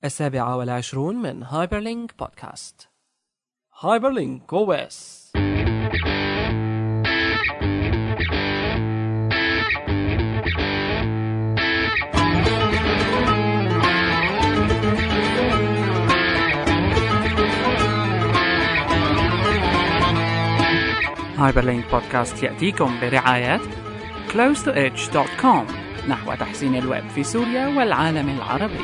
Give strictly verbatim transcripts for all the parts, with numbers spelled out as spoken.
السابعة والعشرون من هايبرلينك بودكاست. هايبرلينك او اس. هايبرلينك بودكاست يأتيكم برعاية كلوز تو إيدج دوت كوم نحو تحسين الويب في سوريا والعالم العربي.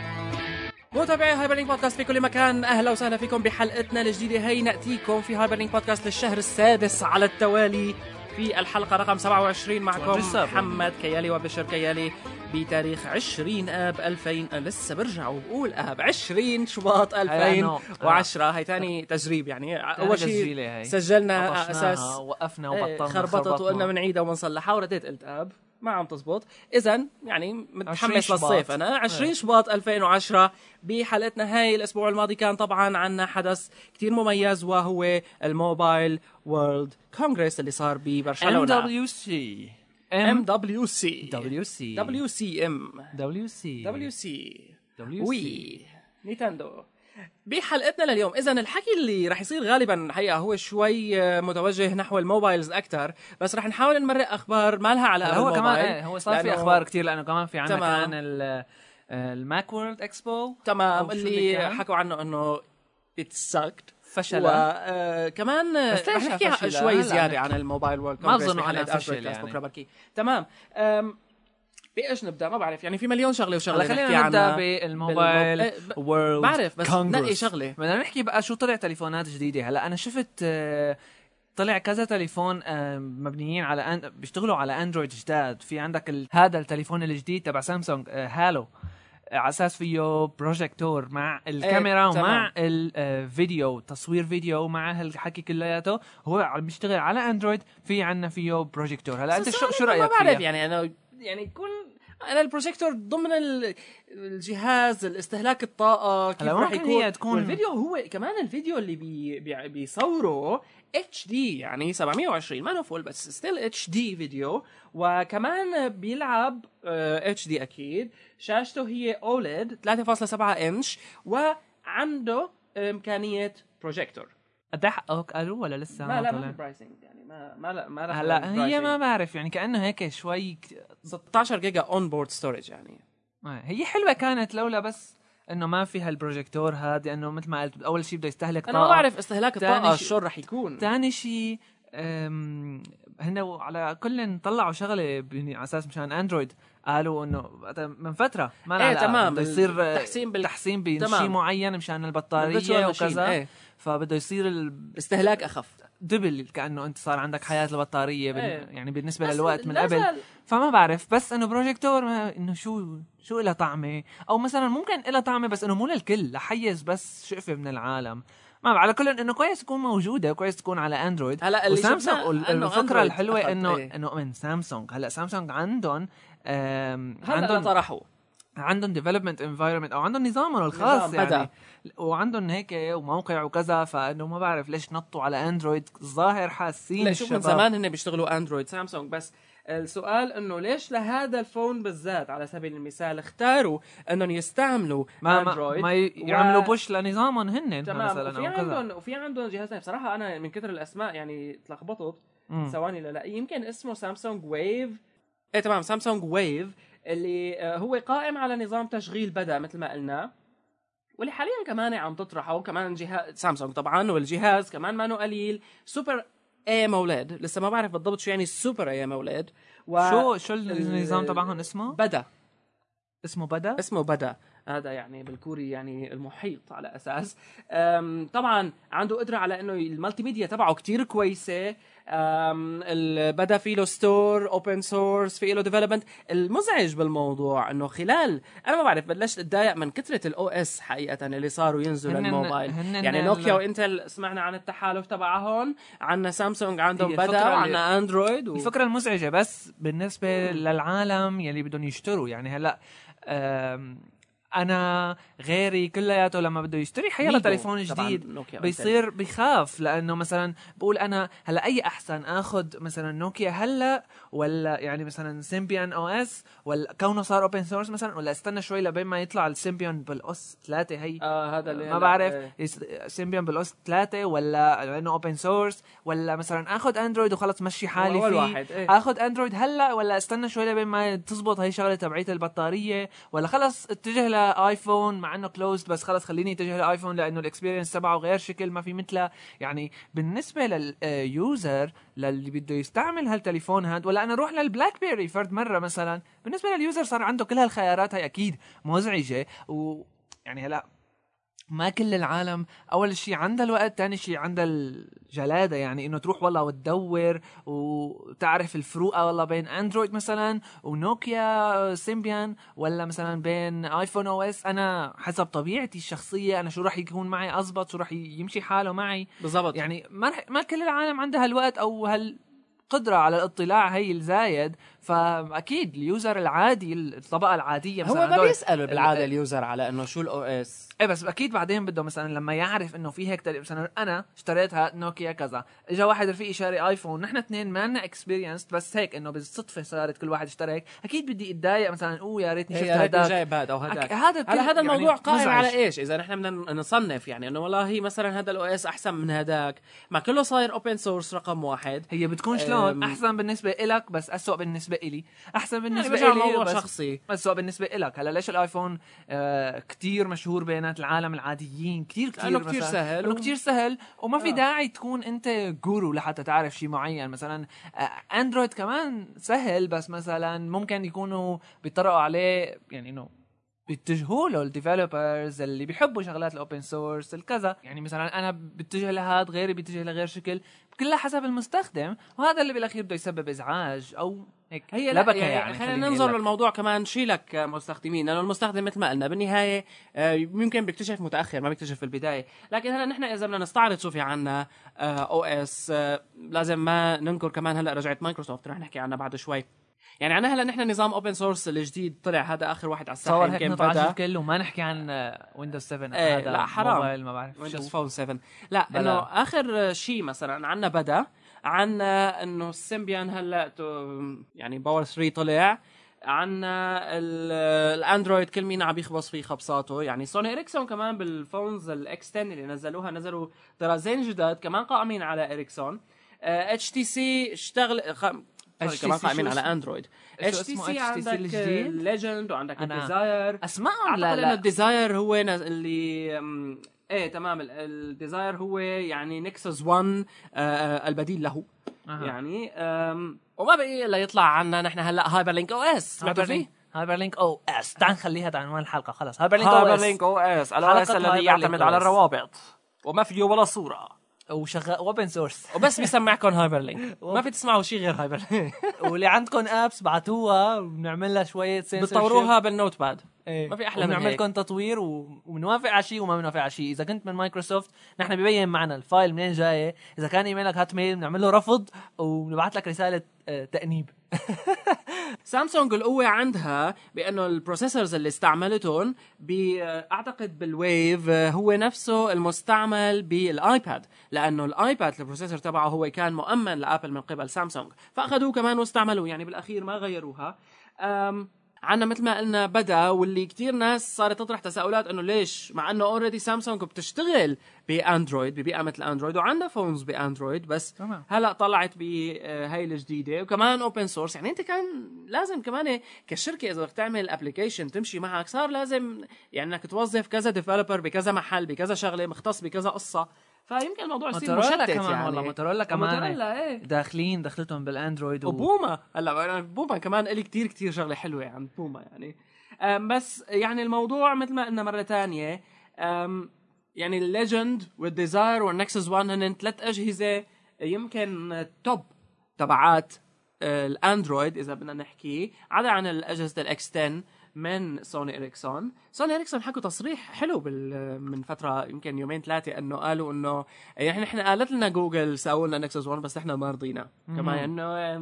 متابعي هايبرلينك بودكاست في كل مكان، أهلا وسهلا فيكم بحلقتنا الجديدة. هي نأتيكم في هايبرلينك بودكاست للشهر السادس على التوالي، في الحلقة رقم سبعة وعشرين معكم محمد كيالي وبشر كيالي بتاريخ عشرين آب ألفين. لسه برجع وبقول آب عشرين شباط ألفين وعشرة. هاي تاني تجريب، يعني أول شيء سجلنا أساس وقفنا وبطلنا خربطت وقلنا بنعيدها وبنصلحها ورديت قلت آب ما عم تزبط. إذن يعني متحمس للصيف أنا. عشرين شباط ألفين وعشرة. بحلقتنا هاي الأسبوع الماضي كان طبعا عنا حدث كتير مميز، وهو الموبايل وورلد كونغرس اللي صار ببرشلونة. إم دبليو سي إم دبليو سي دبليو سي دبليو سي إم دبليو سي دبليو سي دبليو وي نينتندو. بحلقتنا لليوم إذن الحكي اللي رح يصير غالبا حقيقة هو شوي متوجه نحو الموبايلز أكتر، بس رح نحاول نمرق أخبار ما لها علاقة هو بالموبايل. كمان ايه هو صار في أخبار كتير، لأنه كمان في عنا كان الماك وورلد اكسبو تمام اللي حكوا عنه انه it sucked فشل، وكمان آه رح نحكي شوي زيادة عن الموبايل وورلد كونغرس. ما بظن انه فشل يعني. تمام. بإيش نبدأ؟ ما بعرف، يعني في مليون شغلة وشغلة نحكي عنها. خلينا نبدأ بالموبايل ب... وورلد بعرف، بس كونغرس. نقي شغلة. بدنا نحكي بقى شو طلع تليفونات جديدة. هلا أنا شفت طلع كذا تليفون مبنيين على أن... بيشتغلوا على أندرويد جداد. في عندك ال... هذا التليفون الجديد تبع سامسونج هالو، على اساس فيه بروجيكتور مع الكاميرا ايه ومع الفيديو، تصوير فيديو مع هالحكي كلياته. هو عم بيشتغل على اندرويد، في عنا فيه بروجيكتور. هلا انت شو شو رايك فيه؟ ما بعرف فيها؟ يعني انا يعني يكون انا البروجيكتور ضمن الجهاز الاستهلاك الطاقه كيف راح يكون تكون الفيديو. هو كمان الفيديو اللي بي بي بيصوره اتش دي، يعني سبعمية وعشرين ما نفول، بس ستيل اتش دي فيديو. وكمان بيلعب اتش دي اكيد. شاشته هي اوليد ثلاثة فاصلة سبعة انش، وعنده امكانيه بروجيكتور. قد ايه حقك قالوا ولا لسه؟ ما لا ما في برايسنج يعني ما ما لا ما هلا هي ما بعرف يعني كانه هيك شوي ستة عشر جيجا اون بورد ستورج. يعني هي حلوه كانت لولا بس انه ما فيها البروجيكتور هذا، انه مثل ما قلت اول شيء بده يستهلك طاقه. انا ما بعرف استهلاك الطاقه شو رح يكون. ثاني شيء هن على كل طلعوا شغله على اساس مشان اندرويد، قالوا انه من فتره ما ايه تمام بده يصير تحسين بال... تحسين بشيء معين مشان البطاريه وكذا. ايه. فبده يصير الاستهلاك اخف دبل، كانه انت صار عندك حياه البطاريه بال... ايه. يعني بالنسبه للوقت من قبل. فما بعرف، بس انه بروجيكتور انه شو شو له طعمه، او مثلا ممكن له طعمه بس انه مو للكل، لحيز بس شقفه من العالم. ما على كل انه كويس تكون موجوده، كويس تكون على اندرويد. هلا اللي سامسونج الفكره الحلوه انه ايه؟ انه من سامسونج. هلا سامسونج عندهم عندهم طرحوا عندهم ديفلوبمنت انفايرمنت او عندهم نظامهم الخاص يعني بدأ. وعندهم هيك وموقع وكذا. فانه ما بعرف ليش نطوا على اندرويد، الظاهر حاسين لا شوف من زمان هن بيشتغلوا اندرويد سامسونج. بس السؤال انه ليش لهذا الفون بالذات على سبيل المثال اختاروا انهم يستعملوا ما اندرويد ما يعملوا و... بوش لنظامهم هن مثلا. وفي عندهم وفي عندهم جهازين بصراحه انا من كثر الاسماء يعني تلخبطت ثواني. لا لا يمكن اسمه سامسونج ويف. ايه تمام سامسونج ويف اللي هو قائم على نظام تشغيل بدأ مثل ما قلنا، واللي حاليا كمان عم تطرحه كمان جهاز سامسونج طبعا. والجهاز كمان ما نو قليل، سوبر اي مولد. لسه ما بعرف بالضبط شو يعني السوبر اي مولد. و... شو شو النظام تبعهم اسمه؟ بدأ. اسمه بدأ اسمه بدأ. هذا يعني بالكوري يعني المحيط على اساس. طبعا عنده قدره على انه المالتي ميديا تبعه كتير كويسه. بدا فيه له ستور اوبن سورس، فيه له ديفلوبمنت. المزعج بالموضوع انه خلال انا ما بعرف بلشت اتضايق من كثره الاو اس حقيقه اللي صاروا ينزلوا الموبايل. يعني نوكيا وانتل سمعنا عن التحالف تبعهم، عنا سامسونج عندهم بدا، وعنا اندرويد. و... الفكره المزعجه بس بالنسبه للعالم يلي بدهم يشتروا. يعني هلا انا غيري كلياته لما بده يشتري حيلا تليفون جديد بيصير بيخاف، لانه مثلا بقول انا هلا اي احسن اخذ مثلا نوكيا هلا ولا يعني مثلا سيمبيان او اس، ولا كونه صار اوبن سورس مثلا، ولا استنى شوي لبين ما يطلع السيمبيان بالاس ثلاثة. هي اه هذا اللي ما بعرف ايه. سيمبيان بالاس ثلاثة ولا لانه اوبن سورس، ولا مثلا اخذ اندرويد وخلص مشي حالي فيه. واحد. ايه. اخذ اندرويد هلا ولا استنى شوي لبين ما تزبط هي شغله تبعيه البطاريه، ولا خلص اتجه لايفون مع انه كلوزد بس خلص خليني اتجه لايفون لانه الاكسبيرينس تبعه غير شكل ما في مثله. يعني بالنسبه لليوزر للي بده يستعمل هالتليفون هاد، ولا انا اروح للبلاك بيري فرد مره مثلا، بالنسبه لليوزر صار عنده كل هالخيارات هي اكيد مزعجه. ويعني هلا ما كل العالم اول شيء عندها الوقت، تاني شيء عندها الجلاده، يعني انه تروح والله وتدور وتعرف الفروقه والله بين اندرويد مثلا ونوكيا سيمبيان، ولا مثلا بين ايفون او اس. انا حسب طبيعتي الشخصيه انا شو راح يكون معي اضبط، شو راح يمشي حاله معي بالضبط. يعني ما رح ما كل العالم عندها الوقت او هال قدرة على الاطلاع هي الزايد. فاكيد اليوزر العادي الطبقه العاديه هو ما بيسأل بالعاده اليوزر على انه شو الاو اس. ايه بس اكيد بعدين بده مثلا لما يعرف انه في هيك تل... مثلا انا اشتريتها نوكيا كذا، اجى واحد رفيقي شاري ايفون، نحن اثنين ما لنا اكسبيرينس بس هيك انه بالصدفه صارت كل واحد اشترك، اكيد بدي اتضايق مثلا اوه يا ريتني شفت هذاك جايب هذا وهذاك. هذا هلا هذا الموضوع يعني قائم مزعج. على ايش؟ اذا نحن بدنا نصنف يعني انه والله مثلا هذا الاو اس احسن من هذاك، مع كله صاير اوبن سورس رقم واحد، هي بتكون شلون احسن بالنسبه إلك بس اسوء بالنسبه إلي، احسن بالنسبه يعني إلي بس شخصي اسوء بالنسبه إلك. هلا ليش الايفون آه كتير مشهور بينات العالم العاديين، كتير كتير لانه كتير سهل انه كتير سهل وما في آه. داعي تكون انت جورو لحتى تعرف شيء معين. مثلا آه اندرويد كمان سهل بس مثلا ممكن يكونوا بيطرقوا عليه يعني انه بيتجهوا له الديفلوبرز اللي بيحبوا شغلات الاوبن سورس الكذا. يعني مثلا انا بتجه لهاد، غيري بيتجه لغير شكل، كلها حسب المستخدم، وهذا اللي بالاخير بده يسبب ازعاج او هيك هي لبكه. يعني, يعني خلينا ننظر للموضوع كمان شيلك مستخدمين، لانه المستخدم مثل ما قلنا بالنهايه يمكن بيكتشف متاخر ما بيكتشف في البدايه. لكن هلا نحن اذا بدنا نستعرض شو في عنا او اس لازم ما ننكر كمان هلا رجعت مايكروسوفت رح نحكي عنها بعد شوي. يعني عنا هلا نحن نظام اوبن سورس الجديد طلع، هذا اخر واحد على الساحه يمكن بدا كله، وما نحكي عن ويندوز سبعة. ايه هذا لا حرام موبايل ما بعرف ويندوز فون سبعة. لا بلا. انه اخر شيء مثلا عنا بدا عنا انه السيمبيان هلا يعني باور ثلاثة طلع عنا الاندرويد كل مين عم يخبص فيه خبصاته. يعني سوني اريكسون كمان بالفونز الاكس عشرة اللي نزلوها نزلوا طرازين جداد كمان قائمين على اريكسون. اتش تي سي اشتغل خ... كمان قائمين على اندرويد. اتش تي سي عندك ليجند وعندك الديزاير. اسمعهم لا لا الديزاير هو اللي ايه تمام. الديزاير هو يعني نكسس واحد آه البديل له. أه. يعني وما بقي الا يطلع عنا نحن هلا هايبر لينك او اس. سمعتوا فيه؟ هايبر لينك او اس. تعال نخليها عنوان الحلقه خلص. هايبر لينك او اس. هايبر لينك او اس الاو اس الذي يعتمد على الروابط وما فيه ولا صوره وشغال اوبن سورس وبس بيسمعكم هايبر لينك. ما في تسمعوا شيء غير هايبر لينك. واللي عندكم ابس بعتوها وبنعمل لها شويه سنسورشيب، بتطوروها بالنوت باد. ايه. ما في احلى من هيك. بنعمل لكم تطوير وبنوافق على شيء وما بنوافق على شيء. اذا كنت من مايكروسوفت نحن ببين معنا الفايل منين جاي، اذا كان ايميلك هات ميل بنعمل له رفض وبنبعث لك رساله تأنيب. سامسونج القوة عندها بأنه البروسيسورز اللي استعملتهم أعتقد بالويف هو نفسه المستعمل بالآيباد، لأنه الآيباد البروسيسور تبعه هو كان مؤمن لآبل من قبل سامسونج، فأخذوه كمان واستعملوه. يعني بالأخير ما غيروها. عنا مثل ما قلنا بدا، واللي كتير ناس صارت تطرح تساؤلات انه ليش مع انه اوريدي سامسونج بتشتغل باندرويد ببيئه مثل اندرويد وعندها فونز باندرويد، بس طبعا. هلا طلعت بهاي الجديده وكمان اوبن سورس. يعني انت كان لازم كمان كشركه اذا بدك تعمل ابلكيشن تمشي معك صار لازم يعني انك توظف كذا ديفلوبر بكذا محل بكذا شغله مختص بكذا قصه، فيمكن الموضوع يصير مشتت. كمان يعني والله موتورولا كمان موتورولا ايه داخلين دخلتهم بالاندرويد و... وبوما. هلا بوما كمان لي كتير كتير شغله حلوه عند بوما يعني. بس يعني الموضوع مثل ما قلنا مره ثانيه، يعني الليجند والديزاير والنكسس واحد هن ثلاث اجهزه يمكن توب تبعات الاندرويد اذا بدنا نحكي، عدا عن الاجهزه الاكس عشرة من سوني اريكسون. سوني إريكسون حكوا تصريح حلو بال من فتره يمكن يومين ثلاثه انه قالوا انه يعني احنا قالت لنا جوجل سووا لنا نكسس واحد بس احنا ما رضينا كمان انه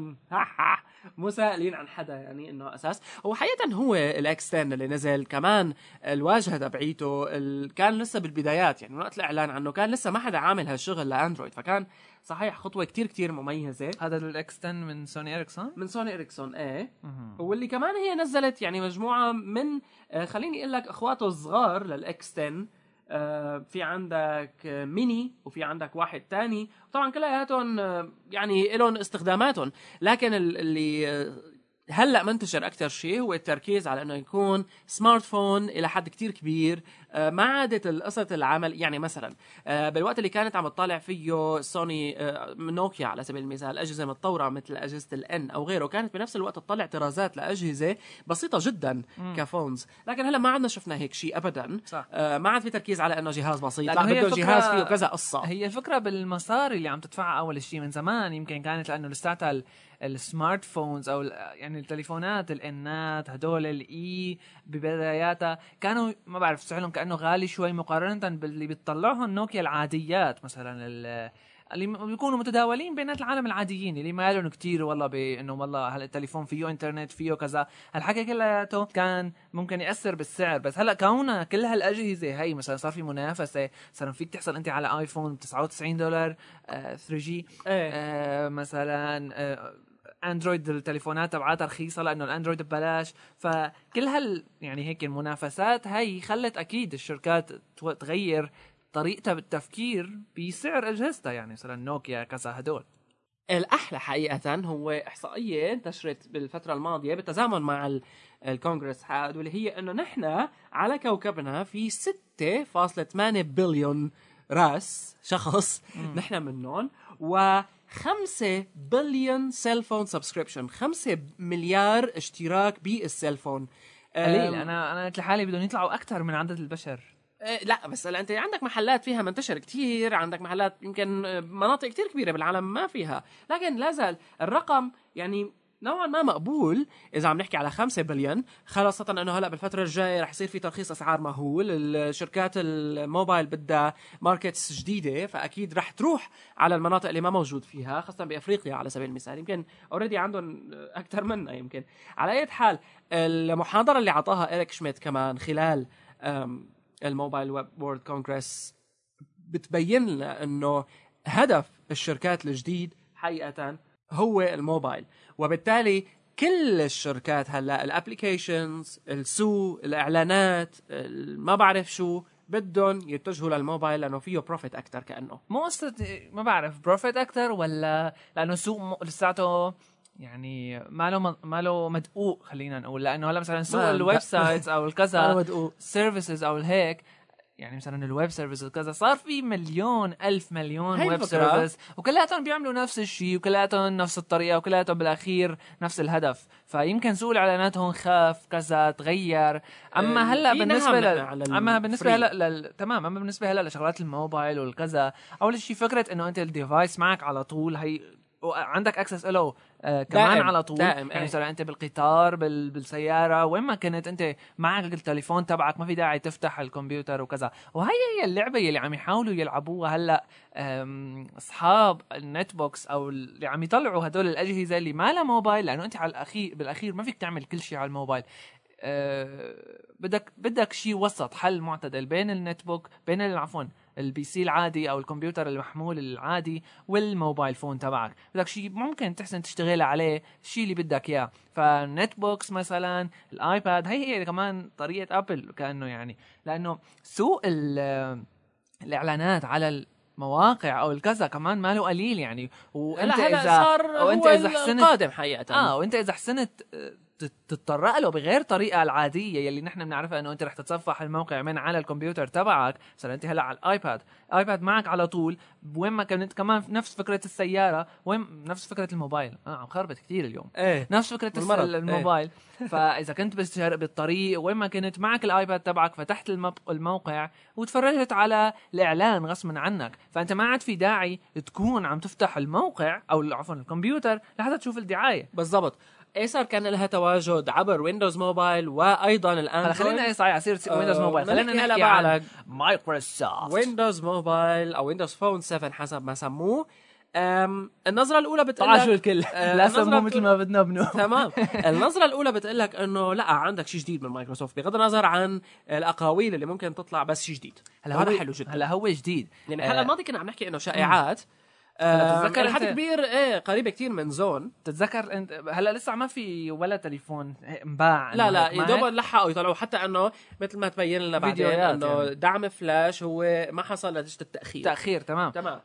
مو سائلين عن حدا يعني انه اساس. وحقيقه هو الاكس عشرة اللي نزل كمان الواجهه تبعيته ال... كان لسه بالبدايات يعني وقت الاعلان عنه كان لسه ما حدا عامل هالشغل لاندرويد فكان صحيح خطوه كتير كتير مميزه. هذا الاكس عشرة من سوني إريكسون من سوني إريكسون ايه واللي كمان هي نزلت يعني مجموعه من آه خليني اقول لك اخواته الصغار للاكس عشرة. آه في عندك آه ميني وفي عندك واحد تاني طبعا كلياتهم آه يعني لهم استخداماتهم لكن اللي آه هلا منتشر اكثر شيء هو التركيز على انه يكون سمارت فون الى حد كتير كبير. آه ما عادت القصه العمل يعني مثلا آه بالوقت اللي كانت عم تطالع فيه سوني آه نوكيا على سبيل المثال اجهزه متطوره مثل اجهزه الان او غيره كانت بنفس الوقت تطلع طرازات لاجهزه بسيطه جدا م. كفونز لكن هلا ما عندنا شفنا هيك شيء ابدا. آه ما عاد في تركيز على انه جهاز بسيط لا بده جهاز فيه كذا قصه. هي الفكره بالمصاري اللي عم تدفعها اول شيء من زمان يمكن كانت لانه لساتها السمارت فونز او يعني التليفونات الانات هدول الاي ببداياتها كانوا ما بعرف سعرهم كانه غالي شوي مقارنه باللي بيطلعهم نوكيا العاديات مثلا اللي بيكونوا متداولين بين العالم العاديين اللي ما لهم كتير والله بانه والله هالتليفون فيه انترنت فيه كذا هالحكي كلياته كان ممكن ياثر بالسعر. بس هلا كونه كل هالاجهزه هي مثلا صار في منافسه صار فيك تحصل انت على ايفون تسعة وتسعين دولار آه ثري جي ايه. آه مثلا آه اندرويد التليفونات تبعاتها رخيصه لانه الاندرويد ببلاش. فكل هال يعني هيك المنافسات هي خلت اكيد الشركات تغير طريقتها بالتفكير بسعر اجهزتها يعني مثلا نوكيا كذا هدول. الاحلى حقيقه هو احصائيه انتشرت بالفتره الماضيه بالتزامن مع الكونغرس حاد واللي هي انه نحن على كوكبنا في ستة فاصلة ثمانية بليون راس شخص نحن منهم و خمسة بليون سيلفون سبسكريبشن خمسة مليار اشتراك بالسيلفون. قليل انا انا لحالي بدهم يطلعوا اكثر من عدد البشر. لا بس انت عندك محلات فيها منتشر كتير عندك محلات يمكن مناطق كتير كبيره بالعالم ما فيها لكن لازال الرقم يعني نوعا ما مقبول اذا عم نحكي على خمسة بليون خاصه انه هلا بالفتره الجايه رح يصير في ترخيص اسعار مهول. الشركات الموبايل بدها ماركتس جديده فاكيد رح تروح على المناطق اللي ما موجود فيها خاصه بافريقيا على سبيل المثال يمكن اوريدي عندهم اكثر منا. يمكن على اي حال المحاضره اللي عطاها إريك شميت كمان خلال الموبايل ويب وورلد كونغرس بتبين لنا انه هدف الشركات الجديد حقيقه هو الموبايل وبالتالي كل الشركات هلا الابليكيشنز السوق الاعلانات ما بعرف شو بدهم يتجهوا للموبايل لانه فيه بروفيت اكثر. كانه مو قصه ما بعرف بروفيت اكثر ولا لانه سوق لساته يعني ما له ما له مدقوق خلينا نقول لانه هلا مثلا سوق الويب سايتس او الكذا سيرفيسز او الهيك يعني مثلا الويب سيرفيس كذا صار في مليون ألف مليون ويب سيرفيس وكلاتهم بيعملوا نفس الشيء وكلاتهم نفس الطريقة وكلاتهم بالأخير نفس الهدف. فيمكن سوق الإعلانات هون خاف كذا تغير. أما هلا بالنسبة ل... أما بالنسبة هلا لل... تمام أما بالنسبة هلا لشغلات الموبايل والكذا أول شيء فكرة إنه أنت الديفايس معك على طول هي وعندك اكسس له آه كمان دائم. على طول دائم. يعني مثلا انت بالقطار بال... بالسياره وين ما كنت انت معك التليفون تبعك ما في داعي تفتح الكمبيوتر وكذا. وهي هي اللعبه اللي عم يحاولوا يلعبوها هلا اصحاب النت بوكس او اللي عم يطلعوا هدول الاجهزه اللي ما لها موبايل لانه انت على الاخير بالاخير ما فيك تعمل كل شيء على الموبايل. أه بدك بدك شيء وسط حل معتدل بين النت بوك بين العفوا البي سي العادي او الكمبيوتر المحمول العادي والموبايل فون تبعك. بدك شيء ممكن تحسن تشتغل عليه الشيء اللي بدك اياه. فالنت بوكس مثلا الايباد هي هي كمان طريقه ابل كانه يعني لانه سوق الاعلانات على المواقع او الكذا كمان ما له قليل يعني. وانت اذا صار وانت اذا حسنت قادم حقيقه اه وانت اذا حسنت تتطرق له بغير طريقه العاديه يلي نحن بنعرفها انه انت رح تتصفح الموقع من على الكمبيوتر تبعك. مثلا انت هلا على الايباد ايباد معك على طول وين ما كنت كمان نفس فكره السياره وين نفس فكره الموبايل. اه عم خربت كثير اليوم ايه. نفس فكره الموبايل ايه. فاذا كنت بالطريق وين ما كنت معك الايباد تبعك فتحت الموقع وتفرجت على الاعلان غصبا عنك فانت ما عاد في داعي تكون عم تفتح الموقع او عفوا الكمبيوتر لحتى تشوف الدعايه. بالضبط. ايسر كان لها تواجد عبر ويندوز موبايل وايضا هلا الاندرويد. خلينا صحيح يصير ويندوز آه، موبايل، خلينا نحكي نحكي هلا على على مايكروسوفت. ويندوز موبايل او ويندوز فون سبعة حسب ما سموه. أم النظرة الأولى بتقول طاشوا لك الكل آه، لا النظرة سموه مثل بتقول- ما بدنا بنو. تمام. النظرة الأولى بتقول لك إنه لا، عندك شيء جديد من مايكروسوفت بغض النظر عن الأقاويل اللي ممكن تطلع، بس شيء جديد. هلا هذا هو حلو جدا. هلا هو جديد يعني آه، هلا الماضي كنا عم نحكي إنه شائعات. هلا أم، بتتذكر لحد أنت- كبير ايه قريبة كتير من زون. تتذكر انت هلا لسه ما في ولا تليفون انباع لا إنه لا هيك، ما يدوب هيك؟ لحقوا يطلعوا حتى انه مثل ما تبين لنا بعدين فيديوهات انه يعني. دعم فلاش هو ما حصل نتيجة التأخير. تأخير تمام. تمام.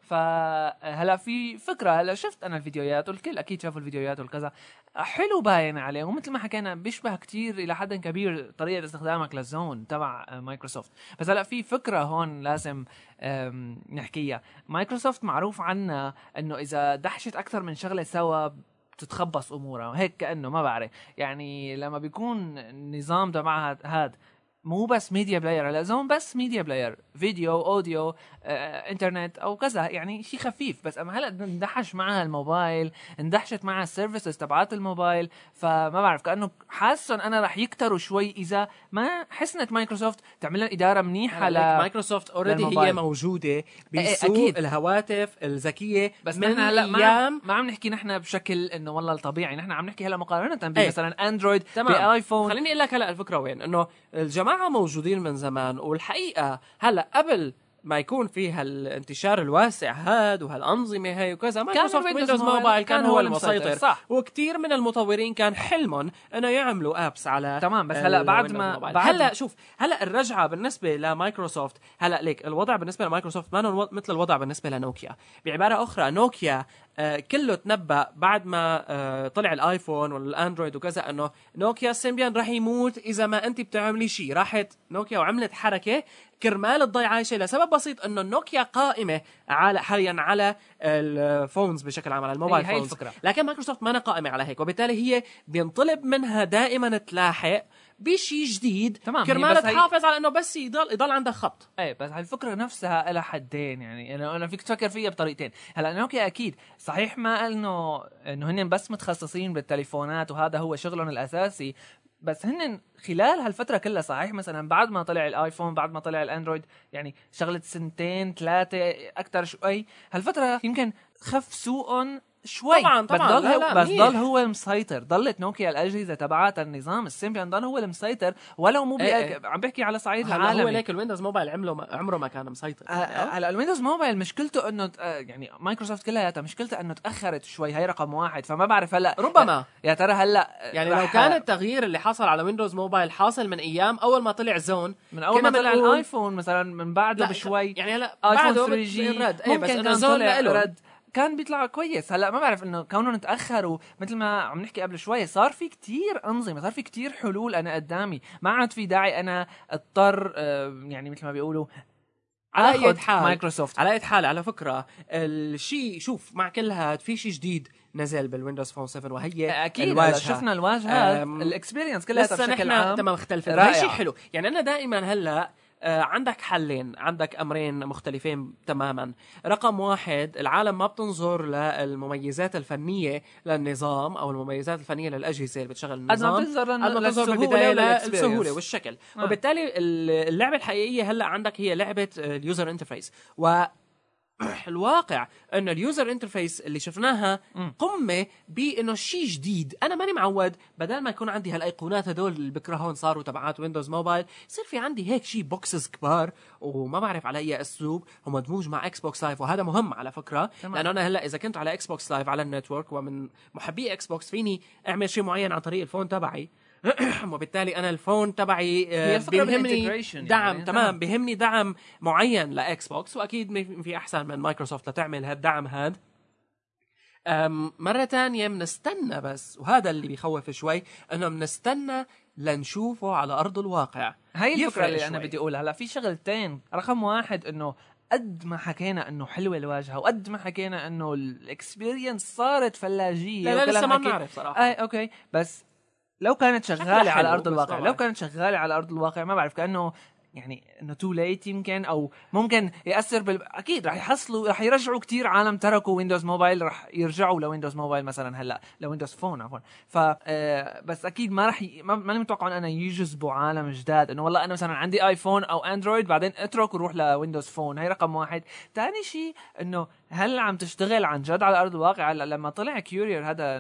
فهلا في فكرة، هلا شفت انا الفيديوهات والكل اكيد شافوا الفيديوهات والكذا، حلو باين عليه، ومثل ما حكينا بيشبه كتير الى حد كبير طريقة استخدامك للزون تبع مايكروسوفت. بس هلا في فكرة هون لازم أم، نحكيها. مايكروسوفت معروف عنا انه اذا دحشت اكثر من شغلة سوا بتتخبص امورها هيك، كأنه ما بعرف يعني لما بيكون النظام تبعها هاد مو بس ميديا بلاير، هلا زون بس ميديا بلاير، فيديو اوديو آه، انترنت او كذا، يعني شيء خفيف. بس اما هلا ندحش معها الموبايل، اندحشت معها السيرفيسز تبعات الموبايل، فما بعرف كانه حاسن انا رح يكتروا شوي اذا ما حسنت مايكروسوفت تعمل لها اداره منيحه. هلا ل مايكروسوفت اوريدي هي للموبايل. موجودة إيه، بسوق أكيد. الهواتف الذكية بس من نحن هلا ما, ايام. ما عم نحكي نحن بشكل انه والله الطبيعي، نحن عم نحكي هلا مقارنه إيه. بمثلا اندرويد تمام. بايفون. خليني اقول لك هلا الفكره وين، انه الجماعه موجودين من زمان، والحقيقه هلا قبل ما يكون في هالانتشار الواسع هاد وهالانظمه هي وكذا، مايكروسوفت ويندوز موبايل كان هو المسيطر. صح. وكثير من المطورين كان حلمهم انه يعملوا ابس على تمام. بس هلا بعد ما بعد بعد هلا شوف هلا الرجعه بالنسبه لمايكروسوفت، هلا ليك الوضع بالنسبه لمايكروسوفت ما هو مثل الوضع بالنسبه لنوكيا. بعباره اخرى نوكيا آه كله تنبأ بعد ما آه طلع الايفون والاندرويد وكذا انه نوكيا سيمبيان راح يموت اذا ما انت بتعملي شيء. راحت نوكيا وعملت حركه كرمال تضيع عايشه، لسبب بسيط انه نوكيا قائمه على حاليا على الفونز بشكل عام، على الموبايل هي فونز. الفكرة. لكن مايكروسوفت ما قائمه على هيك، وبالتالي هي بينطلب منها دائما تلاحق بشيء جديد تمام. كرمال بس هي- تحافظ على انه بس يضل يضل عندك خط. ايه بس هالفكره نفسها لها حدين، يعني انا انا فيك تفكر فيها بطريقتين. هلا نوكيا اكيد صحيح ما قال انه انه هن بس متخصصين بالتليفونات وهذا هو شغلهم الاساسي، بس هن خلال هالفتره كلها صحيح مثلا بعد ما طلع الايفون بعد ما طلع الاندرويد، يعني شغله سنتين ثلاثه اكثر شوي، هالفتره يمكن خف سوقهم شوي. طبعاً طبعاً. بس ضل لا هو لا بس منيح. ضل هو مسيطر. ضلت نوكيا الاجهزه تبعات النظام السيمبيان ضل هو المسيطر، ولو مو إيه إيه. عم بحكي على صعيد هلا العالمي. هو ليك الويندوز موبايل عمره عمره ما كان مسيطر. هلا الويندوز موبايل مشكلته انه آه، يعني مايكروسوفت كلها مشكلتها انه تاخرت شوي، هي رقم واحد. فما بعرف هلا ربما يا ترى هلا يعني لو كان التغيير اللي حصل على ويندوز موبايل حاصل من ايام اول ما طلع زون، من اول ما كنا طلع بنقول- الايفون مثلا من بعده لا بشوي يعني هلا ايفون بعده ثري جي رد ايه، بس ممكن انه كان زون طلع له رد كان بيطلع كويس. هلا ما بعرف انه كونهم تاخروا مثل ما عم نحكي قبل شوي، صار في كتير انظمه، صار في كتير حلول انا قدامي، ما عاد في داعي انا اضطر آه، يعني مثل ما بيقولوا على اي آخذ حال مايكروسوفت. على اي حال على فكره الشيء شوف مع كل هاد في شيء جديد نزل بالويندوز فون سبعة وهي اكيد الواجهه. هلا شفنا الواجهه أم، الاكسبيرينس كلها لسه بشكل نحن عام تمام مختلفه، رائعة. هاي شيء حلو. يعني انا دائما هلا آه، عندك حلين، عندك امرين مختلفين تماما. رقم واحد، العالم ما بتنظر للمميزات الفنيه للنظام او المميزات الفنيه للاجهزه اللي بتشغل النظام، بتنظر قد ما بتنظر للسهولة بالبدايه وللإكسبيرينس. للسهوله والشكل. آه. وبالتالي اللعبه الحقيقيه هلا عندك هي لعبه اليوزر انترفيس. و الواقع انه اليوزر انترفيس اللي شفناها م. قمه بانه شيء جديد. انا ماني معود بدل ما يكون عندي هالايقونات هدول اللي بكرهون صاروا تبعات ويندوز موبايل، يصير في عندي هيك شيء بوكسز كبار وما بعرف على اي اسلوب هو مدموج مع اكس بوكس لايف. وهذا مهم على فكره، تمام. لانه انا هلا اذا كنت على اكس بوكس لايف على النتورك ومن محبي اكس بوكس فيني اعمل شيء معين عن طريق الفون تبعي وبالتالي انا الفون تبعي هي الفكرة بيهمني بالintegration دعم يعني. تمام تمام. بيهمني دعم معين لاكس بوكس، واكيد ما في احسن من مايكروسوفت لتعمل هالدعم هاد. أم مرة تانية بنستنى بس، وهذا اللي بيخوف شوي، انه بنستنى لنشوفه على ارض الواقع. هاي الفكرة يفرق اللي شوي. انا بدي اقولها. هلا في شغلتين، رقم واحد انه قد ما حكينا انه حلوه الواجهه وقد ما حكينا انه الاكسبيرينس صارت فلاجيه لا لا وكلام لسه ما حكي- بنعرف صراحة. اي اوكي، بس لو كانت شغاله شكلها على حلو، ارض بس الواقع ما لو بعرف. كانت شغاله على ارض الواقع ما بعرف كانه يعني انه تو ليت يمكن، او ممكن ياثر بال... اكيد رح يحصلوا رح يرجعوا كتير عالم تركوا ويندوز موبايل رح يرجعوا لويندوز موبايل مثلا هلا لويندوز فون عفوا. ف آه بس اكيد ما رح ي... ما ماني متوقع ان انا يجذبوا عالم جداد انه والله انا مثلا عندي ايفون او اندرويد بعدين اترك وروح لويندوز فون. هي رقم واحد. ثاني شيء انه هل عم تشتغل عن جد على ارض الواقع؟ لما طلع كيورير هذا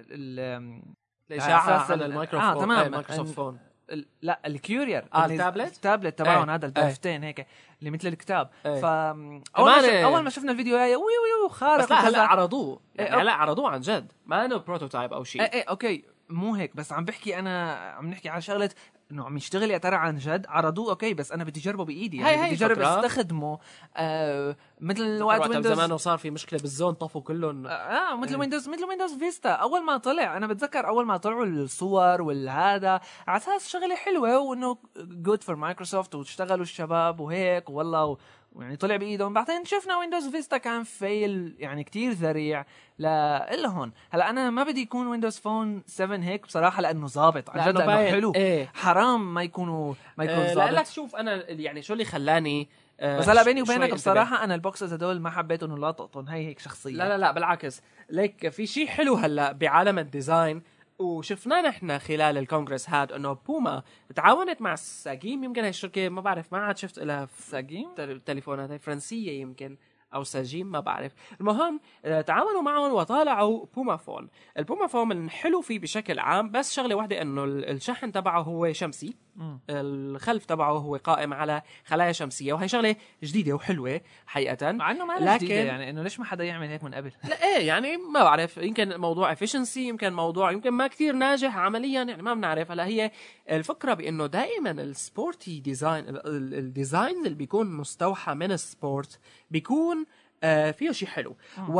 ال الاشاعه على الميكروفون آه تمام مايكروسوفت فون لا الكيورير آه التابلت التابلت تبعهم ايه. هذا البافتين هيك اللي مثل الكتاب ايه. ف اول ما, ش... اول ما شفنا الفيديو هاي وي وي وي خارق بس لا هلا عرضوه يعني ايه هلا عرضوه عن جد ما انه بروتوتايب او شيء ايه ايه اوكي مو هيك بس عم بحكي انا عم نحكي على شغله انه عم يشتغل يا ترى عن جد. عرضوه اوكي بس انا بدي اجربه بايدي يعني بدي اجرب استخدمه آه مثل وقت ويندوز زمان وصار في مشكله بالزون طفوا كلهم اه مثل ايه. ويندوز مثل ويندوز فيستا اول ما طلع انا بتذكر اول ما طلعوا الصور والهذا على اساس شغله حلوه وانه جود فور مايكروسوفت واشتغلوا الشباب وهيك والله يعني طلع بايدهم. بعدين شفنا ويندوز فيستا كان فيل يعني كتير ذريع لهون. هلا انا ما بدي يكون ويندوز فون سفن هيك بصراحه لانه ظابط عن جد لانه حلو ايه. حرام ما يكونوا ما يكون ظابط. لا لا شوف انا يعني شو اللي خلاني آه بس هلا بيني وبينك بصراحه انا البوكسز هدول ما حبيت انه لاطقطن هي هيك شخصيه. لا لا لا بالعكس ليك في شيء حلو هلا بعالم الديزاين وشفناه نحن خلال الكونغرس هاد انه بوما تعاونت مع ساجيم يمكن هاي الشركه ما بعرف ما عاد شفت لها ساجيم تليفونات هاي فرنسيه يمكن او ساجيم ما بعرف. المهم تعاونوا معهم وطالعوا بوما فون. البوما فون من حلو فيه بشكل عام بس شغله واحده انه الشحن تبعه هو شمسي م. الخلف تبعه هو قائم على خلايا شمسيه وهي شغله جديده وحلوه حقيقه مع انه ما لكن جديده يعني انه ليش ما حدا يعمل هيك من قبل. لا ايه يعني ما بعرف يمكن موضوع efficiency يمكن موضوع يمكن ما كتير ناجح عمليا يعني ما بنعرف. هلا هي الفكره بانه دائما السبورتي ديزاين الديزاين اللي بيكون مستوحى من السبورت بيكون آه فيه شيء حلو.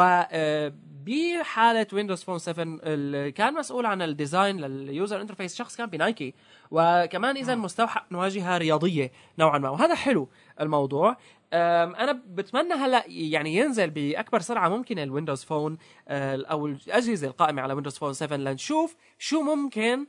وبحالة ويندوز فون سفن كان مسؤول عن الديزاين لليوزر انترفيس شخص كان بنايكي وكمان إذا مستوحى من واجهة رياضية نوعا ما وهذا حلو الموضوع. أنا بتمنى هلا يعني ينزل بأكبر سرعة ممكنة الويندوز فون أو الأجهزة القائمة على ويندوز فون سفن لنشوف شو ممكن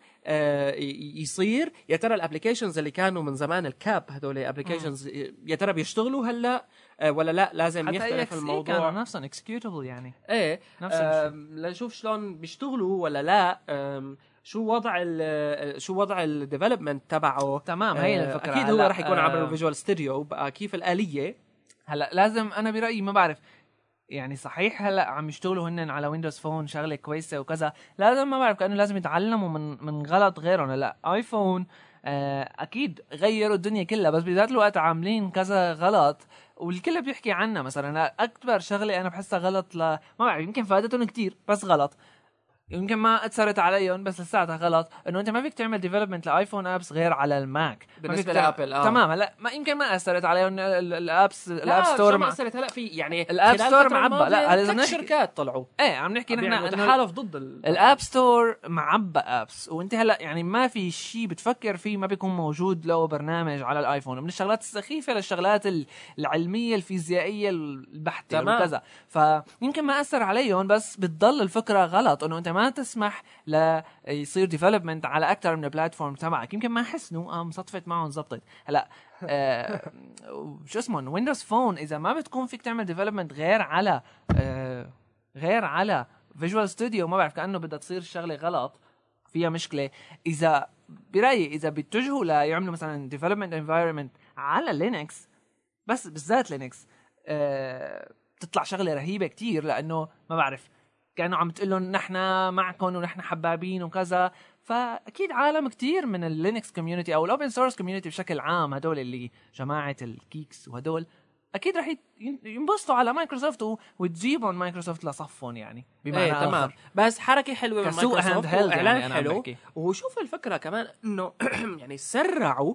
يصير. يا ترى الابليكيشنز اللي كانوا من زمان الكاب هذول ابليكيشنز يا ترى بيشتغلوا هلا ولا لا لازم يختلف الموضوع. كانوا نفسهم اكسكيوتبل يعني ايه لنشوف شلون بيشتغلوا ولا لا. شو وضع ال شو وضع الديفلوبمنت تبعه. تمام هي الفكره. اكيد هو راح يكون عبر الفيجوال ستوديو بقى كيف الآلية. هلا لازم انا برايي ما بعرف يعني صحيح هلا عم يشتغلوا هن على ويندوز فون شغله كويسه وكذا لازم ما بعرف كانه لازم يتعلموا من من غلط غيرهم. لا ايفون آه اكيد غيروا الدنيا كلها بس بذات الوقت عاملين كذا غلط والكل بيحكي عنها. مثلا اكبر شغله انا بحسها غلط ل ما بعرف يمكن فادتهم كتير بس غلط يمكن ما اثرت عليهم بس لساتها غلط انه انت ما فيك تعمل ديفلوبمنت لايفون ابس غير على الماك بالنسبه لابل. اه تمام هلا ما يمكن ما اثرت عليهم الابس الاب ستور ما اثرت هلا في يعني الاب ستور معبى. لا هذا نحكي شركات طلعوا ايه عم نحكي نحن تحالف ضد الاب ستور معبى ابس وانت هلا يعني ما في شيء بتفكر فيه ما بيكون موجود له برنامج على الايفون من الشغلات السخيفه للشغلات العلميه الفيزيائيه البحته وكذا. فيمكن ما اثر عليهم بس بتضل الفكره غلط انه انت ما تسمح لا يصير ديفلوبمنت على اكثر من بلاتفورم تبعك. يمكن ما حسنوا اه مصطفت معهم زبطت. هلا آه شو اسمه ويندوز فون اذا ما بتكون فيك تعمل ديفلوبمنت غير على آه غير على فيجوال ستوديو ما بعرف كانه بدها تصير الشغله غلط فيها مشكله. اذا برايي اذا بيتجهوا ليعملوا مثلا ديفلوبمنت انفايرمنت على لينكس بس بالذات لينكس آه تطلع شغله رهيبه كتير لانه ما بعرف كانوا عم تقول لهم نحن معكم ونحن حبابين وكذا. فاكيد عالم كتير من اللينكس كوميونتي او الاوبن سورس كوميونتي بشكل عام هدول اللي جماعه الكيكس وهدول اكيد رح ينبسطوا على مايكروسوفت وتجيبهم مايكروسوفت لصفهم يعني بمعنى ايه تمام. بس حركه حلوه من مايكروسوفت واعلان يعني حلو. وشوف الفكره كمان انه يعني سرعوا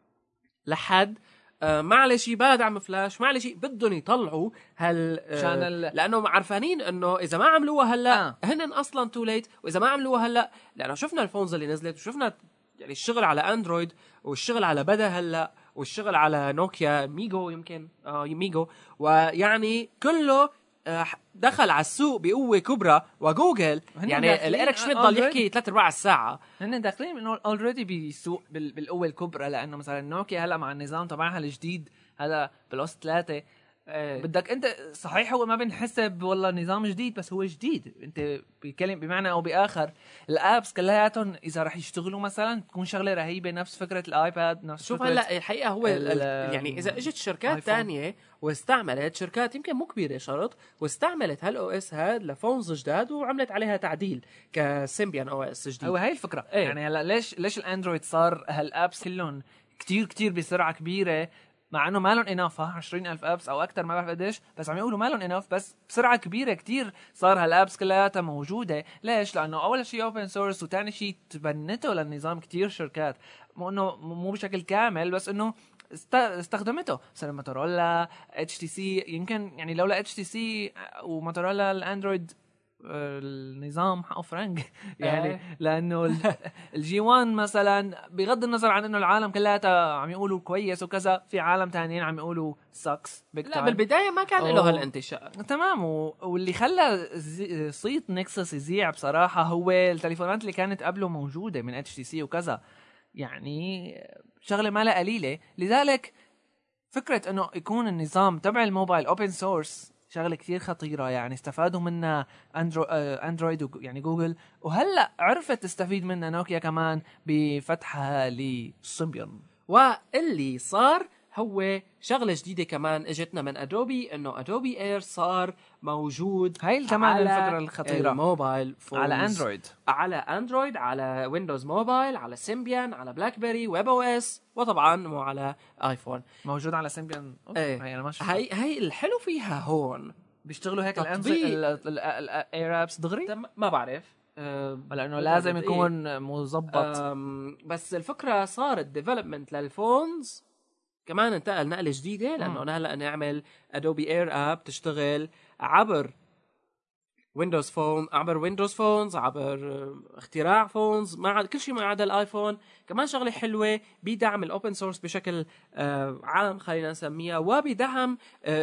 لحد آه معلش يبقى دعم فلاش معلش بدهم يطلعوا هال آه لانه عارفانين انه اذا ما عملوها هلا آه. هن اصلا تو ليت واذا ما عملوها هلا لانه شفنا الفونز اللي نزلت وشفنا يعني الشغل على اندرويد والشغل على بدا هلا والشغل على نوكيا ميجو يمكن اه ميجو ويعني كله دخل على السوق بقوه كبرى، وجوجل يعني الايريك شميد ضل يحكي ثلاث ارباع الساعه هن داخلين انه اولريدي بيسوق بالقوه الكبرى، لانه مثلا نوكيا هلا مع النظام تبعها الجديد هذا بالاس ثلاثة أه بدك انت صحيح هو ما بنحسب والله نظام جديد، بس هو جديد انت بكلم بمعنى او باخر الابس كلياتهم اذا رح يشتغلوا مثلا تكون شغله رهيبه نفس فكره الايباد نفس شوف فكرة هلا الحقيقه هو يعني اذا اجت شركات تانية واستعملت شركات يمكن مو كبيره شرط واستعملت هالاو اس هاد لفونز جداد وعملت عليها تعديل كسيمبيان او اس جديد. هو هي الفكره ايه؟ يعني هلا ليش ليش الاندرويد صار هالابس كلهم كتير كتير بسرعه كبيره، مع انه ما لهم اناف عشرين ألف ابس او اكثر ما بعرف قديش، بس عم يقولوا ما لهم اناف، بس بسرعه كبيره كتير صار هالابس كلياتها موجوده. ليش؟ لانه اول شيء اوبن سورس، وثاني شيء تبنته للنظام كتير شركات، مو انه مو بشكل كامل بس انه استخدمته مثلا موتورولا اتش تي سي. يمكن يعني لولا اتش تي سي وموتورولا الاندرويد النظام حقه فرنك يعني لانه الجي واحد مثلا بغض النظر عن انه العالم كلها عم يقولوا كويس وكذا، في عالم تانيين عم يقولوا ساكس. لا بالبدايه ما كان له هالانتشار تمام، واللي خلى صيت نكسس يزيع بصراحه هو التليفونات اللي كانت قبله موجوده من اتش تي سي وكذا، يعني شغله ما لها قليله. لذلك فكره انه يكون النظام تبع الموبايل اوبن سورس شغله كتير خطيره، يعني استفادوا منها اندرو اندرويد يعني جوجل، وهلا عرفت تستفيد منها نوكيا كمان بفتحها لسيمبيون. واللي صار هو شغله جديده كمان اجتنا من ادوبي، انه ادوبي اير صار موجود. هاي كمان الفكره الخطيره الموبايل على اندرويد على اندرويد على ويندوز موبايل على سيمبيان على بلاك بيري ويب او اس، وطبعا مو على ايفون موجود على سيمبيان. ايه. هي, أنا هي هي الحلو فيها هون بيشتغلوا هيك الاير ابس دغري ما بعرف أه لانه لازم يكون إيه؟ مظبط. بس الفكره صار الديفلوبمنت للفونز كمان انتقل نقله جديده، لانه انا هلا نعمل ادوبي اير اب تشتغل عبر ويندوز فون، عبر ويندوز فونز، عبر اختراع فونز، مع كل شيء ما عدا الايفون. كمان شغله حلوه بيدعم الاوبن سورس بشكل عام خلينا نسميها، وبيدعم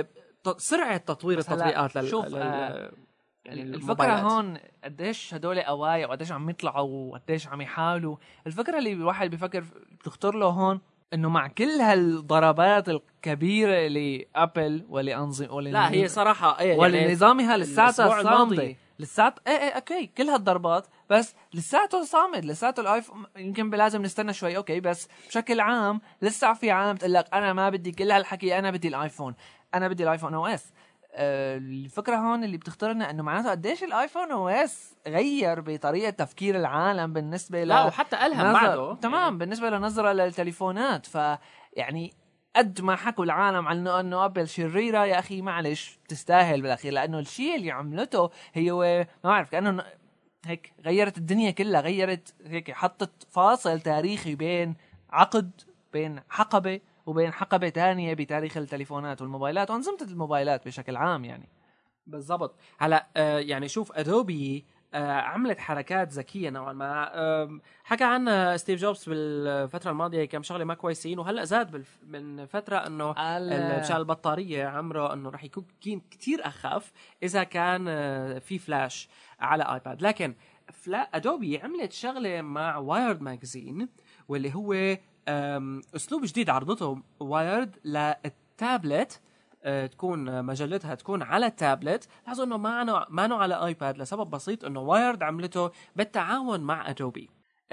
سرعه تطوير التطبيقات لل شوف لل... يعني الفكره هون قديش هدول قوايا وقديش عم يطلعوا وقديش عم يحاولوا. الفكره اللي الواحد بيفكر بتخطر له هون انه مع كل هالضربات الكبيره لابل ولانظمه ولي لا هي صراحه ايه ولنظامها لساته صامده لسات ايه ايه اوكي كل هالضربات، بس لساته صامد لساته الايفون. يمكن لازم نستنى شوي اوكي، بس بشكل عام لسه في عالم تقول لك انا ما بدي كل هالحكي، انا بدي الايفون، انا بدي الايفون او اس. أه الفكره هون اللي بتختارنا انه معناته قديش الايفون او اس غير بطريقه تفكير العالم بالنسبه لا ل... وحتى الهم بعده تمام يعني. بالنسبه لنظره للتليفونات، فيعني قد ما حكوا العالم عن انه ابل شريره، يا اخي معلش تستاهل بالاخير، لانه الشيء اللي عملته هي ما بعرف كانه هيك غيرت الدنيا كلها، غيرت هيك حطت فاصل تاريخي بين عقد بين حقبه وبين حقبة تانية بتاريخ التليفونات والموبايلات وأنظمة الموبايلات بشكل عام. يعني بالضبط. هلا آه يعني شوف أدوبي آه عملت حركات ذكية نوعا ما، آه حكى عنها ستيف جوبز بالفترة الماضية كم شغلة ما كويسين، وهلأ زاد بالف... من فترة أنه مشان البطارية عمره أنه رح يكون كتير أخف إذا كان آه في فلاش على آيباد. لكن فلا أدوبي عملت شغلة مع وايرد ماجازين، واللي هو اسلوب جديد عرضته وايرد للتابلت، أه تكون مجلتها تكون على التابلت. لاحظوا انه ما ما انه على ايباد لسبب بسيط، انه وايرد عملته بالتعاون مع ادوبي.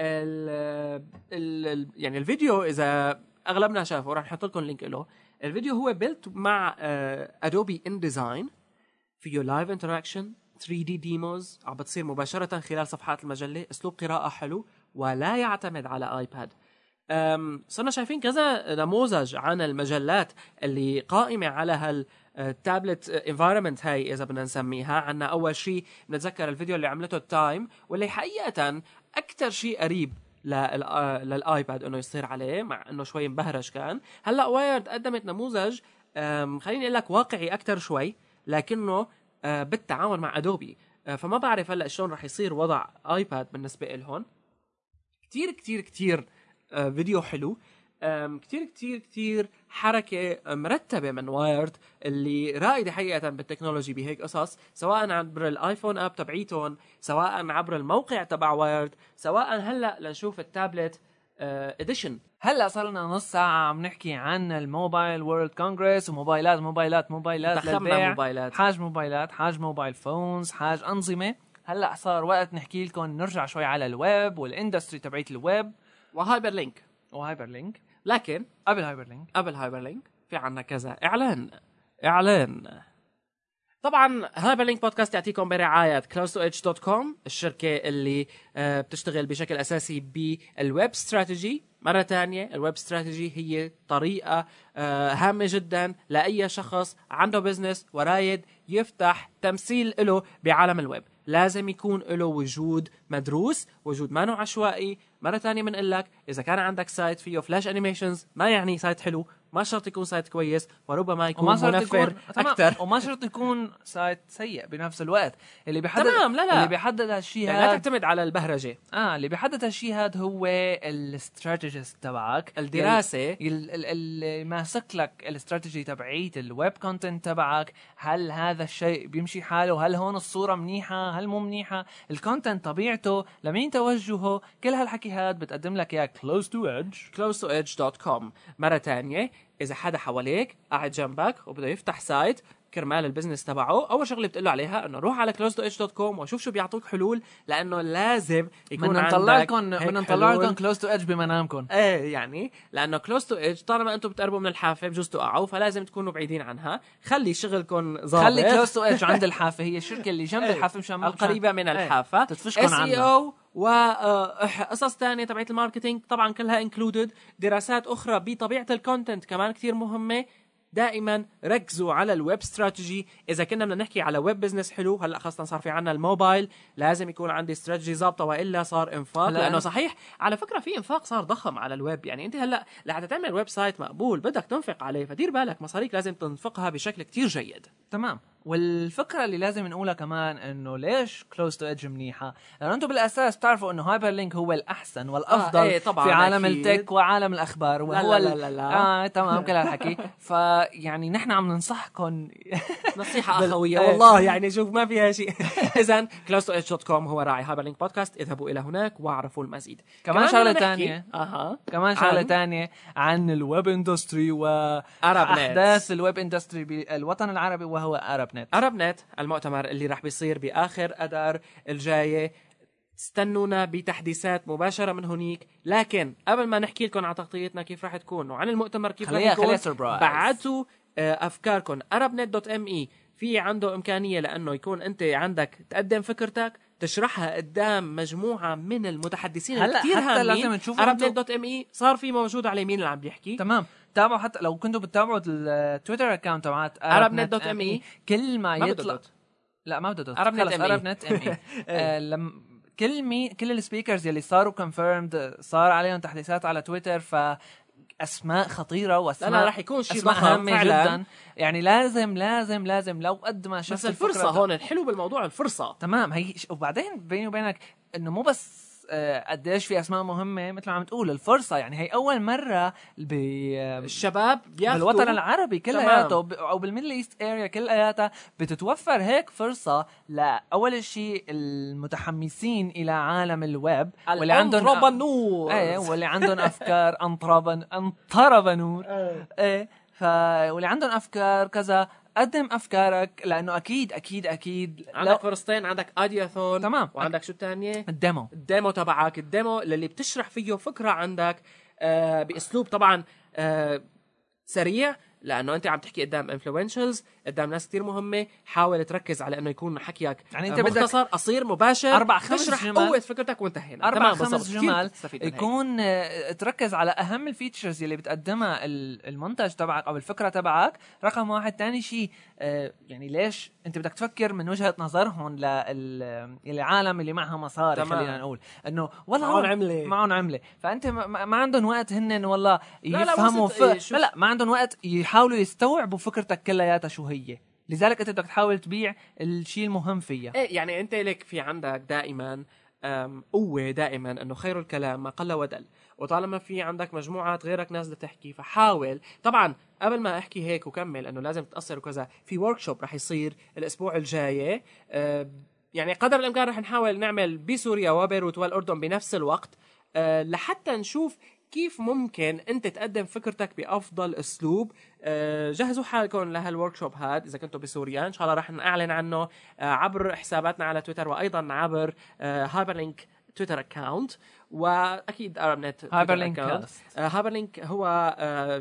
ال ال يعني الفيديو اذا اغلبنا شافه راح نحط لكم لينك له. الفيديو هو بيلت مع ادوبي ان ديزاين، فيه لايف انتراكشن، ثري دي ديموز عم بتصير مباشره خلال صفحات المجله، اسلوب قراءه حلو ولا يعتمد على ايباد. صرنا شايفين كذا نموذج عن المجلات اللي قائمة على هالتابلت انفايرمنت. هاي إذا بدنا نسميها، عنا أول شيء بنتذكر الفيديو اللي عملته التايم، واللي حقيقة أكتر شيء قريب للآيباد إنه يصير عليه، مع إنه شوي مبهرج كان. هلأ وايرد قدمت نموذج خليني أقول لك واقعي أكتر شوي، لكنه بالتعاون مع أدوبي. فما بعرف هلأ شلون رح يصير وضع آيباد بالنسبة لهم. كتير كتير كتير فيديو حلو. أم، كتير كتير كتير حركة مرتبة من وايرد اللي رائدة حقيقة بالتكنولوجي بهيك قصص، سواء عبر الايفون اب تبعيتهم، سواء عبر الموقع تبع وايرد، سواء هلا لنشوف التابلت اديشن. هلا صار لنا نص ساعة عم نحكي عن الموبايل وورلد كونغرس وموبايلات موبايلات موبايلات دخلنا للبيع، موبايلات، حاج موبايلات، حاج موبايل فونز، حاج أنظمة. هلا صار وقت نحكي لكم نرجع شوي على الويب والاندستري تبعيت الويب وهايبر لينك. وهايبر لينك. لكن قبل هايبر لينك قبل هايبر لينك في عنا كذا اعلان. اعلان طبعا هايبر لينك بودكاست يعطيكم برعاية كلوز تو ايدج دوت كوم، الشركة اللي آه بتشتغل بشكل أساسي بالويب استراتيجي. مرة تانية، الويب استراتيجي هي طريقة آه هامة جدا لأي شخص عنده بزنس ورايد يفتح تمثيل له بعالم الويب. لازم يكون له وجود مدروس، وجود ما نوع عشوائي. مرة تانية بنقول لك إذا كان عندك سايت فيه فلاش أنيميشنز ما يعني سايت حلو، ما شرط يكون سايت كويس، وربما يكون منفر أكتر. وما شرط يكون سايت سيء بنفس الوقت. اللي بيحدد تمام، لا لا اللي بيحدد هالشيء يعني هاد لا تعتمد على البهرجة. اه اللي بيحدد هالشيء هاد هو الاستراتيجيست تبعك، الدراسة اللي ماسك لك الاستراتيجي تبعيت الويب كونتنت تبعك. هل هذا الشيء بيمشي حاله؟ هل هون الصورة منيحة؟ هل مو منيحة؟ الكونتنت طبيعته، لمين توجهه؟ كل هالحكي هاد بتقدم لك اياه close to edge كلوز تو ايدج دوت كوم. مرة تانية، إذا حدا حواليك قاعد جنبك وبده يفتح سايت كرمال البزنس تبعه، أول شغلة بتقول له عليها إنه روح على كلوز تو ايدج دوت كوم وشوف شو بيعطوك حلول، لأنه لازم يكون بدنا عندك نطلع لكم هيك بدنا نطلع حلول. لكم كلوز تو ايدج بمنامكم. ايه يعني لانه كلوز تو ايدج طالما انتم بتقربوا من الحافه بجوز تقعوا، فلازم تكونوا بعيدين عنها. خلي شغلكم ظابط. خلي كلوز تو ايدج عند الحافه، هي الشركه اللي جنب الحافه مشان القريبه من الحافه. تتفشكن اس اي عنها. او وقصص ثانيه تبعت الماركتينج طبعا كلها انكلودد. دراسات اخرى بطبيعه الكونتنت كمان كثير مهمه. دائما ركزوا على الويب استراتيجي. اذا كنا بدنا نحكي على ويب بزنس حلو، هلا خاصه صار في عنا الموبايل، لازم يكون عندي استراتيجي ضابطه، والا صار انفاق. لانه صحيح على فكره في انفاق صار ضخم على الويب. يعني انت هلا لحتى تعمل ويب سايت مقبول بدك تنفق عليه، فدير بالك مصاريك لازم تنفقها بشكل كتير جيد. تمام. والفكره اللي لازم نقولها كمان انه ليش كلوز تو ايدج منيحه، لانه انتم بالاساس بتعرفوا انه هايبر لينك هو الاحسن والافضل آه ايه طبعاً في عالم أكيد. التك وعالم الاخبار، وهو لا لا لا, لا. اه تمام كل هالحكي. فيعني نحن عم ننصحكم نصيحه اخويه والله، يعني شوف ما فيها شيء. اذا كلوز تو ايدج دوت كوم هو راعي هايبر لينك بودكاست، اذهبوا الى هناك واعرفوا المزيد. كمان شغله ثانيه اها كمان شغله ثانيه عن الويب اندستري واحداث الويب اندستري بالوطن العربي، وهو ارب نت. ارب نت المؤتمر اللي راح بيصير باخر اذار الجايه. استنونا بتحديثات مباشره من هنيك. لكن قبل ما نحكي لكم عن تغطيتنا كيف راح تكون وعن المؤتمر كيف راح يكون، بعتوا افكاركم ارب نت دوت ام اي. في عنده امكانيه لانه يكون انت عندك تقدم فكرتك تشرحها قدام مجموعه من المتحدثين كثير هامين. ارب نت دوت ام اي صار في موجود عليه مين اللي عم بيحكي. تمام. تابعوا، حتى لو كنتوا بتتابعوا التويتر اكاونت تبعت ارب نت دوت ام اي، كل ما, ما يطلع دوت. لا ما بده دوت، ارب نت ارب نت ام اي. لما كل مي كل السبيكرز يلي صاروا كونفيرمد صار عليهم تحديثات على تويتر، ف اسماء خطيره واسماء لا لا راح يكون شيء ضخم هامه جدا. يعني لازم لازم لازم لو قد ما شفت بس الفرصه هون الحلو بالموضوع الفرصه. تمام. هي وبعدين بيني وبينك انه مو بس قديش في اسماء مهمه مثل ما عم تقول، الفرصه يعني هي اول مره بالشباب بالوطن العربي كلياته او بالميدل ايست اريا كلياتها بتتوفر هيك فرصه لاول شيء المتحمسين الى عالم الويب واللي عندهم انتربنور ايه واللي عندهم افكار انتربن انتربنور ايه ف واللي عندهم افكار كذا. قدم افكارك، لانه اكيد اكيد اكيد عندك فرصتين، عندك ايدياثون تمام، وعندك شو الثانيه الديمو الديمو تبعك. الديمو اللي بتشرح فيه فكره عندك آه باسلوب طبعا آه سريع، لانه انت عم تحكي قدام انفلونشلز، قدام ناس كتير مهمه. حاول تركز على انه يكون حكيك يعني انت مختصر قصير مباشر، اربع خمس تشرح جمل، قوه فكرتك وانتهينا. اربع خمس جمل يكون تركز على اهم الفيتشرز اللي بتقدمها المنتج تبعك او الفكره تبعك. رقم واحد. تاني شيء يعني ليش انت بدك تفكر من وجهه نظرهم للعالم اللي معها مصاري، خلينا نقول انه والله معهم عمله معهم عمله فانت ما عندهم وقت هن والله يفهموا لا لا, ف... لا لا ما عندهم وقت يحاولوا يستوعبوا فكرتك كلياتها شو هي. لذلك انت بدك تحاول تبيع الشيء المهم فيها. ايه يعني انت لك في عندك دائما قوة دائما انه خير الكلام ما قل ودل، وطالما في عندك مجموعات غيرك ناس بدها تحكي فحاول. طبعا قبل ما احكي هيك وكمل انه لازم تتأثر وكذا، في وركشوب رح يصير الاسبوع الجاي، يعني قدر الامكان رح نحاول نعمل بسوريا وبيروت والاردن بنفس الوقت لحتى نشوف كيف ممكن انت تقدم فكرتك بافضل اسلوب. جهزوا حالكم لهالوركشوب هاد اذا كنتوا بسوريا، ان شاء الله رح نعلن عنه عبر حساباتنا على تويتر وايضا عبر هايبرلينك تويتر اكاونت، واكيد اربنت هايبرلينك. هايبرلينك هو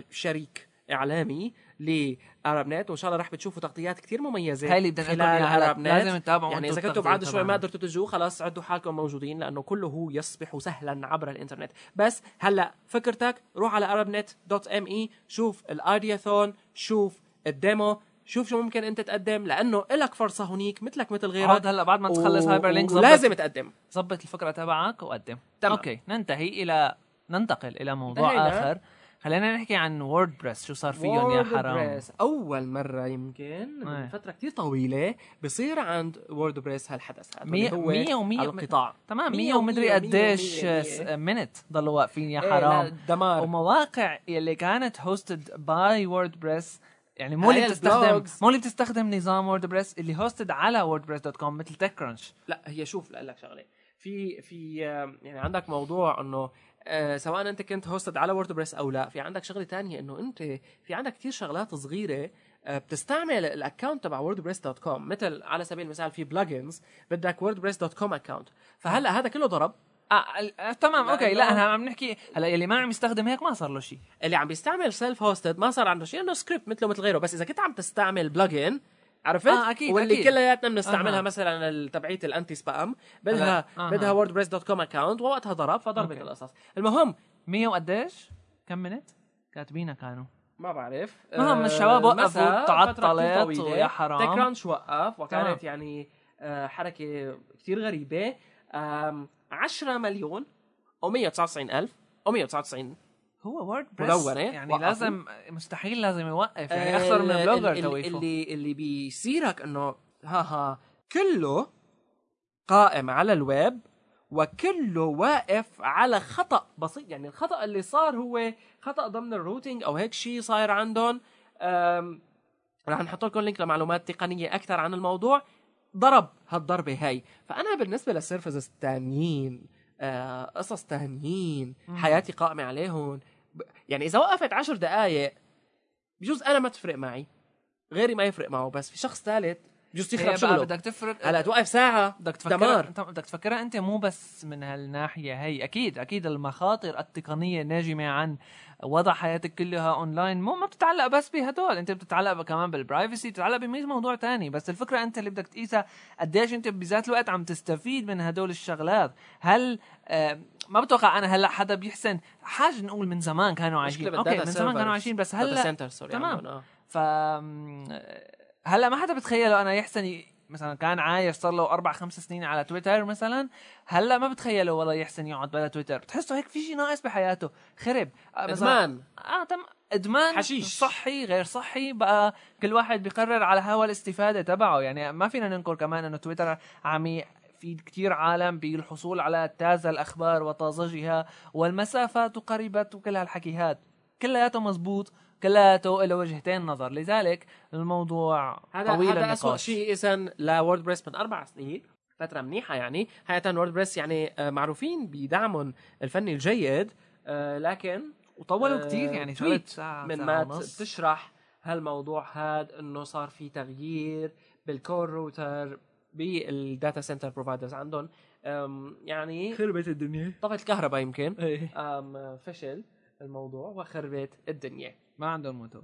شريك اعلامي لاربنت، وان شاء الله رح بتشوفوا تغطيات كتير مميزه هاي اللي بدنا نقول على لازم تتابعوا. يعني اذا كنتوا بعد شوي ما قدرتوا تجوا خلاص عدوا حالكم موجودين، لانه كله يصبح سهلا عبر الانترنت. بس هلا فكرتك روح على arabnet دوت ام اي، شوف الايدياثون، شوف الديمو، شوف شو ممكن انت تقدم، لانه لك فرصه هونيك مثلك مثل غيرك. عود هلا بعد ما تخلص و... هايبر لينك لازم تقدم، ظبط الفكره تبعك وقدم. تمام. اوكي ننتهي الى ننتقل الى موضوع دهينا. اخر. خلينا نحكي عن ووردبريس، شو صار فيهم يا حرام. اول مره يمكن من فتره كتير طويله بصير عند ووردبريس هالحدث هذا مية اللي هو مية ومية القطاع. تمام مية ومدري قديش منت ضلوا واقفين يا حرام. ايه دمار. ومواقع اللي كانت هوستد باي ووردبريس، يعني مو اللي بتستخدم مو اللي بتستخدم نظام ووردبريس، اللي هوستد على ووردبريس دوت كوم مثل تك كرانش. لا هي شوف لاقول لك شغله، في في يعني عندك موضوع انه آه سواء انت كنت هوستد على ووردبريس او لا، في عندك شغله تانية انه انت في عندك كتير شغلات صغيره آه بتستعمل الاكونت تبع ووردبريس دوت كوم، مثل على سبيل المثال في بلجنز بدك ووردبريس دوت كوم اكونت، فهلا هذا كله ضرب. آه, آه تمام اوكي. لا انا عم نحكي هلا اللي ما عم يستخدم هيك ما صار له شيء، اللي عم بيستعمل سيلف هوستد ما صار عنده شيء، انه سكريبت مثله مثل غيره. بس اذا كنت عم تستعمل بلجن عرفت آه أكيد واللي أكيد. كلياتنا بنستعملها أه. مثلا تبعيه الانتي سبام بدها أه. بدها ووردبريس دوت كوم اكونت، ووقتها ضرب فضربت أوكي. القصص. المهم مية وقديش كم منت كاتبينها كانوا ما بعرف. المهم الشباب وقفوا تعطلت ويا حرام. تك كرانش وقف وكانت تمام. يعني حركه كتير غريبه. عشرة مليون ومية وتسعة وتسعين ألف ومية وتسعة وتسعين هو ووردبريس يعني وقفوا. لازم مستحيل لازم يوقف، يعني آه اخسر من البلوجر تويفه. اللي اللي بيصيرك انه ها ها كله قائم على الويب وكله واقف على خطأ بسيط. يعني الخطأ اللي صار هو خطأ ضمن الروتينج او هيك شيء صاير عندهم. راح نحط لكم لينك لمعلومات تقنية اكثر عن الموضوع. ضرب هالضربة هاي. فانا بالنسبة للسيرفيسز الثانيين آه قصص تانيين حياتي قائمة عليهم. يعني إذا وقفت عشر دقايق بجوز أنا ما تفرق معي، غيري ما يفرق معه، بس في شخص ثالث بجوز يخرب شغله. بدك تفرق هلا توقف ساعة بدك تفكر انت بدك تفكرها انت مو بس من هالناحية هي. اكيد اكيد المخاطر التقنية الناجمة عن وضع حياتك كلها اونلاين مو ما بتتعلق بس بهدول، انت بتتعلق كمان بالبرايفسي، بتتعلق بميز موضوع تاني. بس الفكرة انت اللي بدك تقيسها قديش انت بذات الوقت عم تستفيد من هدول الشغلات. هل آه ما بتوقع انا هلا حدا بيحسن حاجة نقول من زمان كانوا عايشين اوكي من زمان كانوا عايشين بس هلا تمام. ف هلا ما حدا بتخيله انا يحسن مثلا كان عايش صار له أربع خمس سنين على تويتر مثلا، هلا ما بتخيله والله يحسن يقعد بلا تويتر، بتحسه هيك في شيء ناقص بحياته، خرب ادمان اه تم ادمان حشيش. صحي غير صحي بقى كل واحد بيقرر على هوا الاستفاده تبعه. يعني ما فينا ننكر كمان انه تويتر عم في كتير عالم بالحصول على تازة الاخبار وطازجها والمسافات وقريبات وكل هالحكيهات كلياته مزبوط، كلياته له وجهتين نظر. لذلك الموضوع هذا طويل هذا النقاش. أسوأ شيء إذن لووردبريس من أربع سنين، فترة منيحة يعني. حقيقة ووردبريس يعني معروفين بدعمهم الفني الجيد، لكن وطولوا كتير يعني تويت من ما تشرح هالموضوع هذا إنه صار في تغيير بالكور روتر بالداتا سنتر بروفايدرز عندهم، يعني خربت الدنيا، طفت الكهرباء يمكن فشل الموضوع وخربت الدنيا. ما عندهم موتور.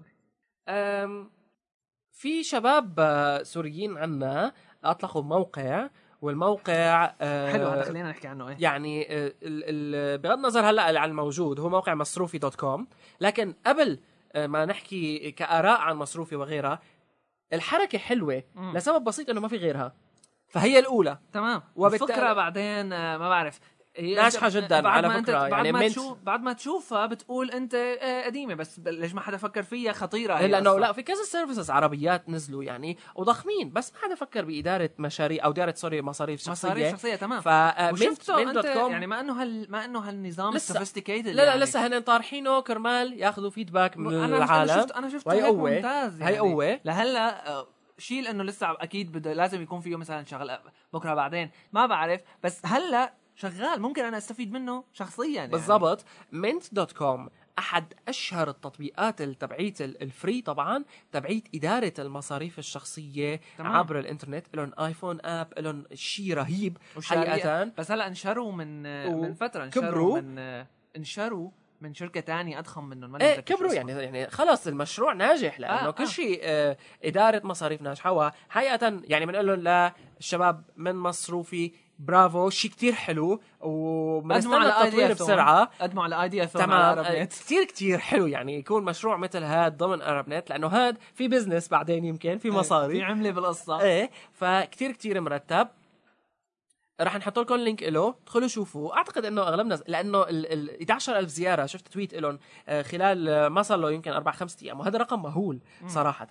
في شباب سوريين عنا اطلقوا موقع، والموقع حلو هذا خلينا نحكي عنه. ايه يعني بغض النظر هلا عن الموجود هو موقع مصروفي دوت كوم، لكن قبل ما نحكي كآراء عن مصروفي وغيرها، الحركة حلوة م. لسبب بسيط انه ما في غيرها، فهي الاولى تمام. وبالتالي الفكرة بعدين ما بعرف ناجحه جدا على فكره بعد يعني ما منت... تشوف بعد ما تشوفها بتقول انت آه قديمه، بس ليش ما حدا فكر فيها؟ خطيره لانه لا في كذا سيرفيسز عربيات نزلوا يعني وضخمين، بس ما حدا فكر باداره مشاريع او اداره سوري مصاريف شخصيه مصاريف شخصيه. تمام. ف منت دوت كوم يعني ما انه هال ما انه هالنظام السوفيستيكيتد. لا لا يعني. لسه هن طارحينه كرمال ياخذوا فيدباك من أنا العالم. انا شفت انا شفت هي هيك قوة. ممتاز يعني. هي قوه لهلا شيل انه لسه اكيد بده لازم يكون فيه مثلا شغل بكره بعدين ما بعرف، بس هلا شغال ممكن انا استفيد منه شخصيا يعني. بالضبط. منت دوت كوم احد اشهر التطبيقات تبعيت الفري طبعا تبعيت اداره المصاريف الشخصيه تمام. عبر الانترنت. لهم ايفون اب، لهم شيء رهيب حقيقه. بس هلا انشروا من و... من فتره انشروا كبروا. من انشروا من شركه تانية اضخم منهم. ايه كبروا يعني يعني خلص المشروع ناجح لانه آه كل آه. شيء آه اداره مصاريف ناجحه. وحقيقه يعني بنقول لهم للشباب من مصروفي برافو، شيء كتير حلو وبنستنى التطوير بسرعه. قدموا على ايديا ثون تمام. على كتير كتير حلو يعني يكون مشروع مثل هاد ضمن ارب نت، لانه هاد في بزنس بعدين يمكن في مصاري في عمله بالقصه. ايه فكتير كتير مرتب. راح نحط لكم لينك له، ادخلوا شوفوا. اعتقد انه اغلبنا لانه ال ال احد عشر ألف زياره شفت تويت لهم خلال ما صار له يمكن اربع خمسة ايام، وهذا رقم مهول صراحه.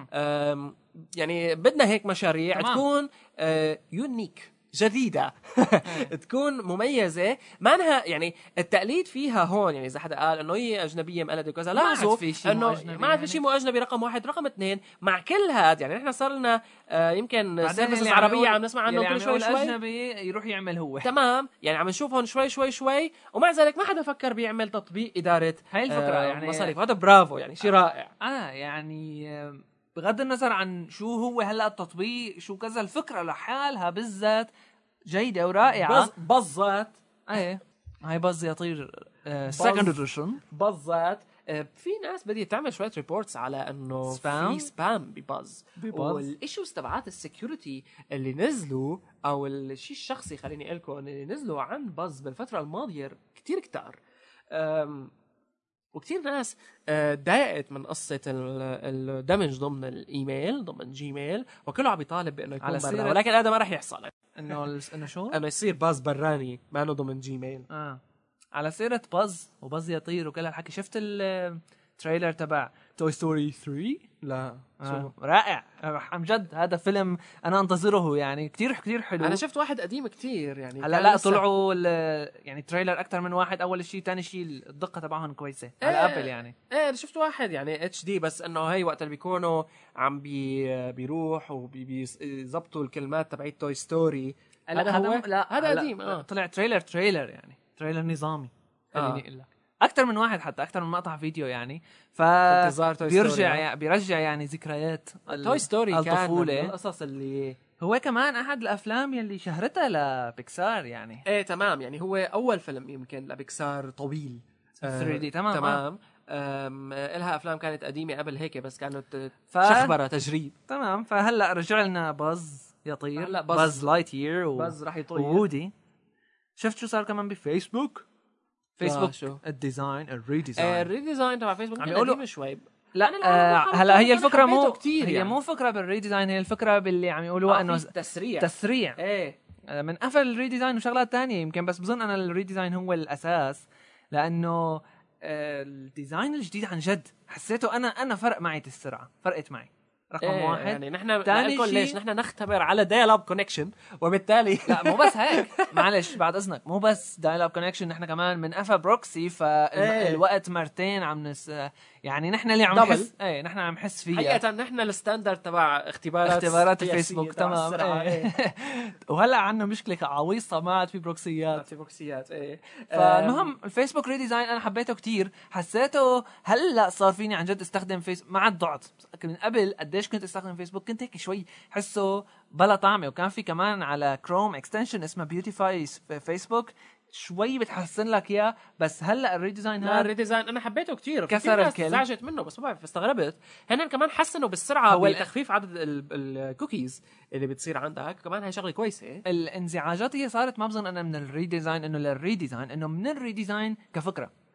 يعني بدنا هيك مشاريع تمام. تكون يونيك جديدة تكون مميزة معناها يعني التقليد فيها هون. يعني إذا حدا قال إنه هي أجنبية مقلدة وكذا، لاحظوا إنه ما عاد في شيء مو أجنبي. رقم واحد. رقم اثنين مع كل هاد يعني إحنا صار لنا آه يمكن سيرفيسز عربية عم نسمع عنه كل شوي شوي. أجنبي يروح يعمل هو تمام. يعني عم نشوفهم شوي شوي شوي، ومع ذلك ما حدا فكر بيعمل تطبيق إدارة هاي الفكرة آه يعني مصاريف. هذا برافو يعني شيء رائع. أنا يعني بغض النظر عن شو هو هلا التطبيق شو كذا، الفكرة لحالها بالذات جيدة ورائعة. بز بزات. ايه هاي بز يطير سكند اديشن. بزات. في ناس بدي تعمل شويه ريبورتس على انه سبام؟ في سبام بباز، والايشوز تبعات السكيورتي اللي نزلوا او الشيء الشخصي خليني اقول لكم اللي نزلوا عن باز بالفتره الماضيه كتير كتار. وكتير ناس ضايقت من قصة الدمج ضمن الإيميل ضمن جيميل، وكله عم يطالب بأنه يكون برا، ولكن هذا ما رح يحصل. إنه إنه شو؟ إنه يصير باز براني ما إنه ضمن جيميل. آه. على سيرة باز وباز يطير وكل هالحكي، شفت التريلر تبع توي ستوري ثري؟ لا. آه. رائع عن جد. هذا فيلم أنا أنتظره يعني كتير كتير حلو. أنا شفت واحد قديم كتير يعني. هلا لا طلعوا يعني تريلر أكتر من واحد. أول شيء تاني شيء الدقة تبعهم كويسة إيه على أبل يعني. إيه شفت واحد يعني اتش دي، بس إنه هي وقت اللي بيكونوا عم بي بيروح وبيزبطوا الكلمات تبعت توي ستوري. هذا هو لا هذا قديم. آه. طلع تريلر تريلر يعني تريلر نظامي خليني اقول لك اكثر من واحد، حتى اكثر من مقطع فيديو يعني. ف بيرجع يعني بيرجع يعني ذكريات توي ستوري الطفوله، كان القصص اللي هو كمان احد الافلام يلي شهرتها لبيكسار يعني. ايه تمام. يعني هو اول فيلم يمكن لبيكسار طويل ثري دي. تمام تمام. آه. لها افلام كانت قديمه قبل هيك بس كانت ف... شخبره تجريد. تمام. فهلا رجع لنا باز يطير. لا باز, باز لايت يير و... باز راح يطير وودي. شفت شو صار كمان بفيسبوك؟ فيسبوك شو الديزاين الريديزاين آه الريديزاين تبع فيسبوك عم يقولوا شوي. لا آه هلا هي الفكره مو كتير هي يعني. مو فكره بالريديزاين، هي الفكره باللي عم يقولوا آه انه تسريع تسريع ايه آه من قفل الريديزاين وشغلات تانية يمكن. بس بظن انا الريديزاين هو الاساس، لانه آه الديزاين الجديد عن جد حسيته انا انا فرق معي السرعه، فرقت معي رقم إيه واحد. يعني نحن تاني شيء ليش نحن نختبر على دايل اب كونكشن، وبالتالي لا مو بس هيك معلش بعد اذنك، مو بس دايل اب كونكشن، نحن كمان من قفا بروكسي، فالوقت إيه. مرتين عم نس يعني نحن اللي عم نحس ايه نحن عم نحس فيها حقيقه. نحن الستاندرد تبع اختبارات اختبارات الفيسبوك تمام ايه. وهلا عندنا مشكله عويصه ما عاد في بروكسيات في بروكسيات ايه. فالمهم الفيسبوك ريديزاين انا حبيته كتير، حسيته هلا صار فيني عن جد استخدم فيس ما عاد ضعت. من قبل قديش كنت استخدم فيسبوك كنت هيك شوي حسه بلا طعمه، وكان في كمان على كروم اكستنشن اسمه بيوتيفاي فيسبوك شوي بتحسن لك اياه. بس هلا الريديزاين هذا الريديزاين انا حبيته كتير، كسر الكل، زعجت منه بس ما بعرف استغربت. هن كمان حسنوا بالسرعه بتخفيف عدد الكوكيز اللي بتصير عندك، كمان هاي شغله كويسه. الانزعاجات هي صارت ما بظن انا من الريديزاين انه للريديزاين، انه من الريديزاين كفكره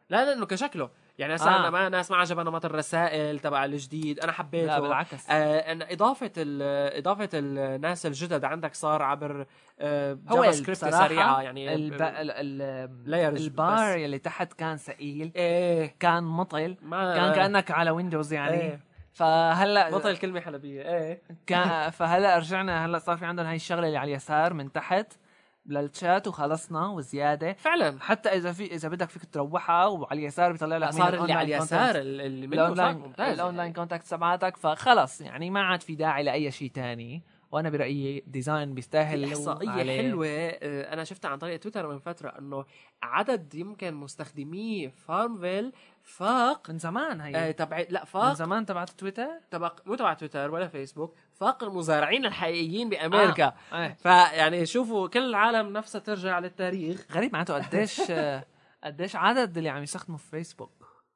لا لا انه كشكله يعني هسه آه. انا ما ناس ما عجبها نمط الرسائل تبع الجديد انا حبيته. لا بالعكس آه ان اضافه اضافه الناس الجدد عندك صار عبر آه هو جافا سكريبت سريعه يعني الب... ال... ال... layers البار بس. اللي تحت كان ثقيل ايه كان مطل ما كان كانك على ويندوز يعني إيه. فهلا بطل كلمه حلبيه ايه كان فهلا رجعنا هلا صار في عندهم هاي الشغله اللي على اليسار من تحت للشات وخلصنا وزياده فعلا. حتى اذا في اذا بدك فيك تروحها وعلى اليسار بيطلع لك صار اللي على اليسار المنيو صار ممتاز الاونلاين كونتاكت تبعاتك فخلص يعني ما عاد في داعي لاي شيء تاني. وانا برايي ديزاين بيستاهل. احصائيه حلوه انا شفتها عن طريق تويتر من فتره انه عدد يمكن مستخدمي فارمفيل فاق من زمان هي آه تبع لا فاق من زمان تبعت تويتر تبع مو تبع تويتر ولا فيسبوك فاق المزارعين الحقيقيين بامريكا. آه. آه. فيعني شوفوا كل العالم نفسها ترجع للتاريخ. غريب معناته قديش قديش عدد اللي عم يستخدموا فيسبوك.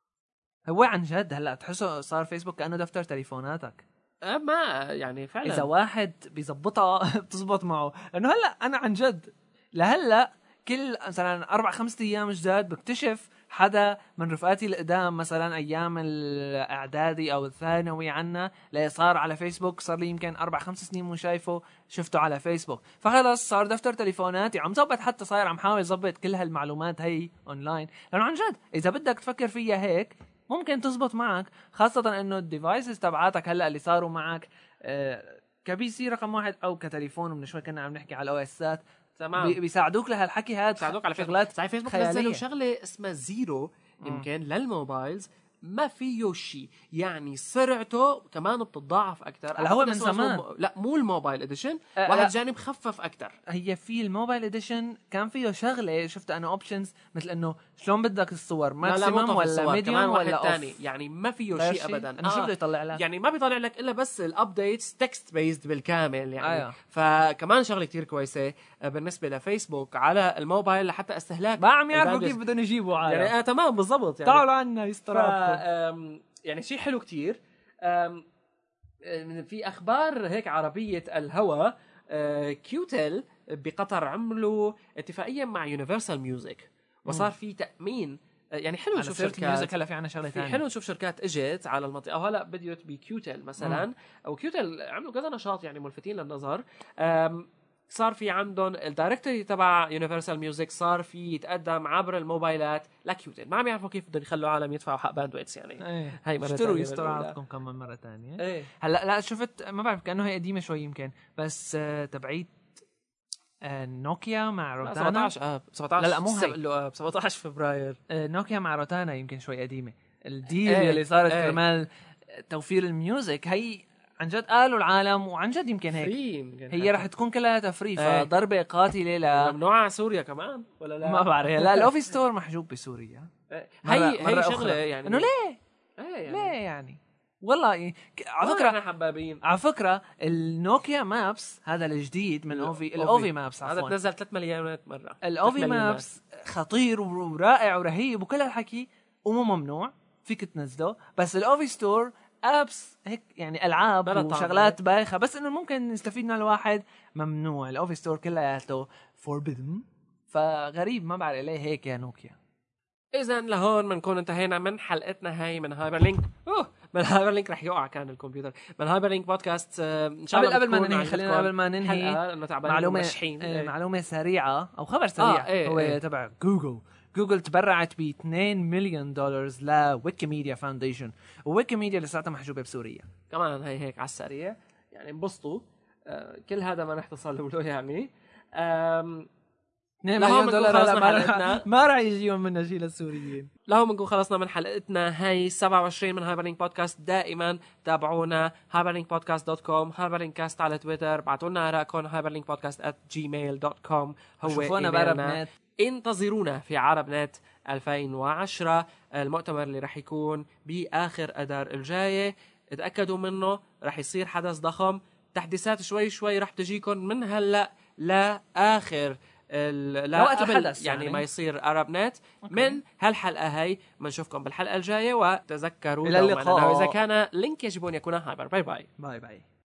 هو عن جد هلا تحسه صار فيسبوك كانه دفتر تليفوناتك. أه ما يعني فعلا اذا واحد بيزبطها بتزبط معه لانه هلا انا عن جد لهلا كل مثلا اربع خمسة ايام جداد بكتشف حدا من رفقاتي القدام مثلا ايام الاعدادي او الثانوي عنا لا صار على فيسبوك صار لي يمكن اربع خمس سنين مو شايفه شفته على فيسبوك فخلص صار دفتر تليفوناتي عم زبط حتى صاير عم حاول يزبط كل هالمعلومات هي اونلاين لانه عن جد اذا بدك تفكر فيها هيك ممكن تزبط معك خاصة انه الديفايسز تبعاتك هلا اللي صاروا معك آه كبي سي رقم واحد او كتليفون ومن شوي كنا عم نحكي على الاو اسات تمام بيساعدوك لهالحكي هذا بيساعدوك على شغلات صحيح فيسبوك خيالية. نزلوا شغله اسمها زيرو يمكن للموبايلز ما فيه شيء يعني سرعته كمان بتتضاعف اكثر. هلا هو من زمان م... لا مو الموبايل اديشن أه واحد لا. جانب خفف اكثر. هي في الموبايل اديشن كان فيه شغله شفت انا اوبشنز مثل انه شلون بدك الصور ماكسيمم ولا ميديوم ولا ثاني يعني ما فيه شيء ابدا. انا آه. شو بده يطلع لك يعني ما بيطلع لك الا بس الابديتس تكست بيزد بالكامل يعني آه. فكمان شغله كتير كويسه بالنسبه لفيسبوك على الموبايل لحتى استهلاك ما عم يعرفوا كيف بدهم يجيبوا عالم يعني آه تمام بالضبط يعني تعالوا عنا يستراتكم يعني شيء حلو كتير. في اخبار هيك عربيه الهوى كيوتل بقطر عملوا اتفاقيه مع يونيفرسال ميوزك وصار في تامين يعني حلو نشوف شركات ميوزك. هلا في عنا شغله ثانيه حلو نشوف شركات اجت على المنطقه وهلا بديت بكيوتل مثلا مم. او كيوتل عملوا كذا نشاط يعني ملفتين للنظر. صار في عندهم الدايركتوري تبع يونيفرسال ميوزك صار في يتقدم عبر الموبايلات لكيوتل ما عم يعرفوا كيف بدهم يخلوا عالم يدفعوا حق باندويتس يعني ايه. هاي مره اشتروا يستراتكم كمان مره ثانيه. ايه. هلا لا شفت ما بعرف كانه هي قديمه شوي يمكن بس آه تبعيت آه نوكيا مع روتانا سبعطعش اه سبعطعش لا لا مو هي ب سبعطعش فبراير آه نوكيا مع روتانا يمكن شوي قديمه الديل ايه. اللي صارت ايه. كرمال توفير الميوزك هي عن جد قالوا العالم وعن جد يمكن هيك هي راح تكون كلها تفري فضربه قاتله لا ممنوعه على سوريا كمان ولا لا ما بعرف لا الاوفي ستور محجوب بسوريا هي هي شغله يعني انه ليه ايه يعني ليه يعني والله يعني على فكره احنا حبابين على فكره النوكيا مابس هذا الجديد من الاوفي الاوفي مابس هذا تنزل ثلاث مليونات مره الاوفي مابس خطير ورائع ورهيب وكل هالحكي ومو ممنوع فيك تنزله بس الاوفي ستور ابس هيك يعني العاب وشغلات بايخه بس انه ممكن نستفيد منها الواحد ممنوع الاوفي ستور كلياته فوربيدن فغريب ما بعرف ليه هيك يا نوكيا. اذا لهون بنكون انتهينا من حلقتنا هاي من هايبر لينك اوه من هايبر لينك رح يقع كان الكمبيوتر من هايبر لينك بودكاست ان شاء الله قبل ما ننهي خلينا قبل ما ننهي معلومه ايه. معلومه سريعه او خبر سريع آه ايه هو ايه. تبع جوجل جوجل تبرعت ب اثنين مليون دولار لويكيميديا فاونديشن وويكيميديا لساتها محجوبه بسوريا كمان هي هيك على السريع يعني انبسطوا آه كل هذا ما نحتصل له يعني آم اثنين مليون دولار ما, ما راح يجيهم منها شيء للسوريين. لهم بنكون خلصنا من حلقتنا هاي سبعة وعشرين من هايبرلينك بودكاست. دائما تابعونا هايبرلينك بودكاست دوت كوم هايبرلينك كاست على تويتر بعتوا لنا آراءكم هايبرلينك بودكاست آت جيميل دوت كوم هو شوفونا بعرب نت. انتظرونا في عرب نت ألفين وعشرة المؤتمر اللي رح يكون بآخر أدار الجاية. اتأكدوا منه رح يصير حدث ضخم تحديثات شوي شوي رح تجيكم من هلأ لآخر لا وقت الحدث يعني, يعني ما يصير عرب نت من هالحلقة هاي بنشوفكم بالحلقة الجاية وتذكروا إلى اللقاء إذا كان لينك يجب أن يكون هايبر. باي باي باي باي.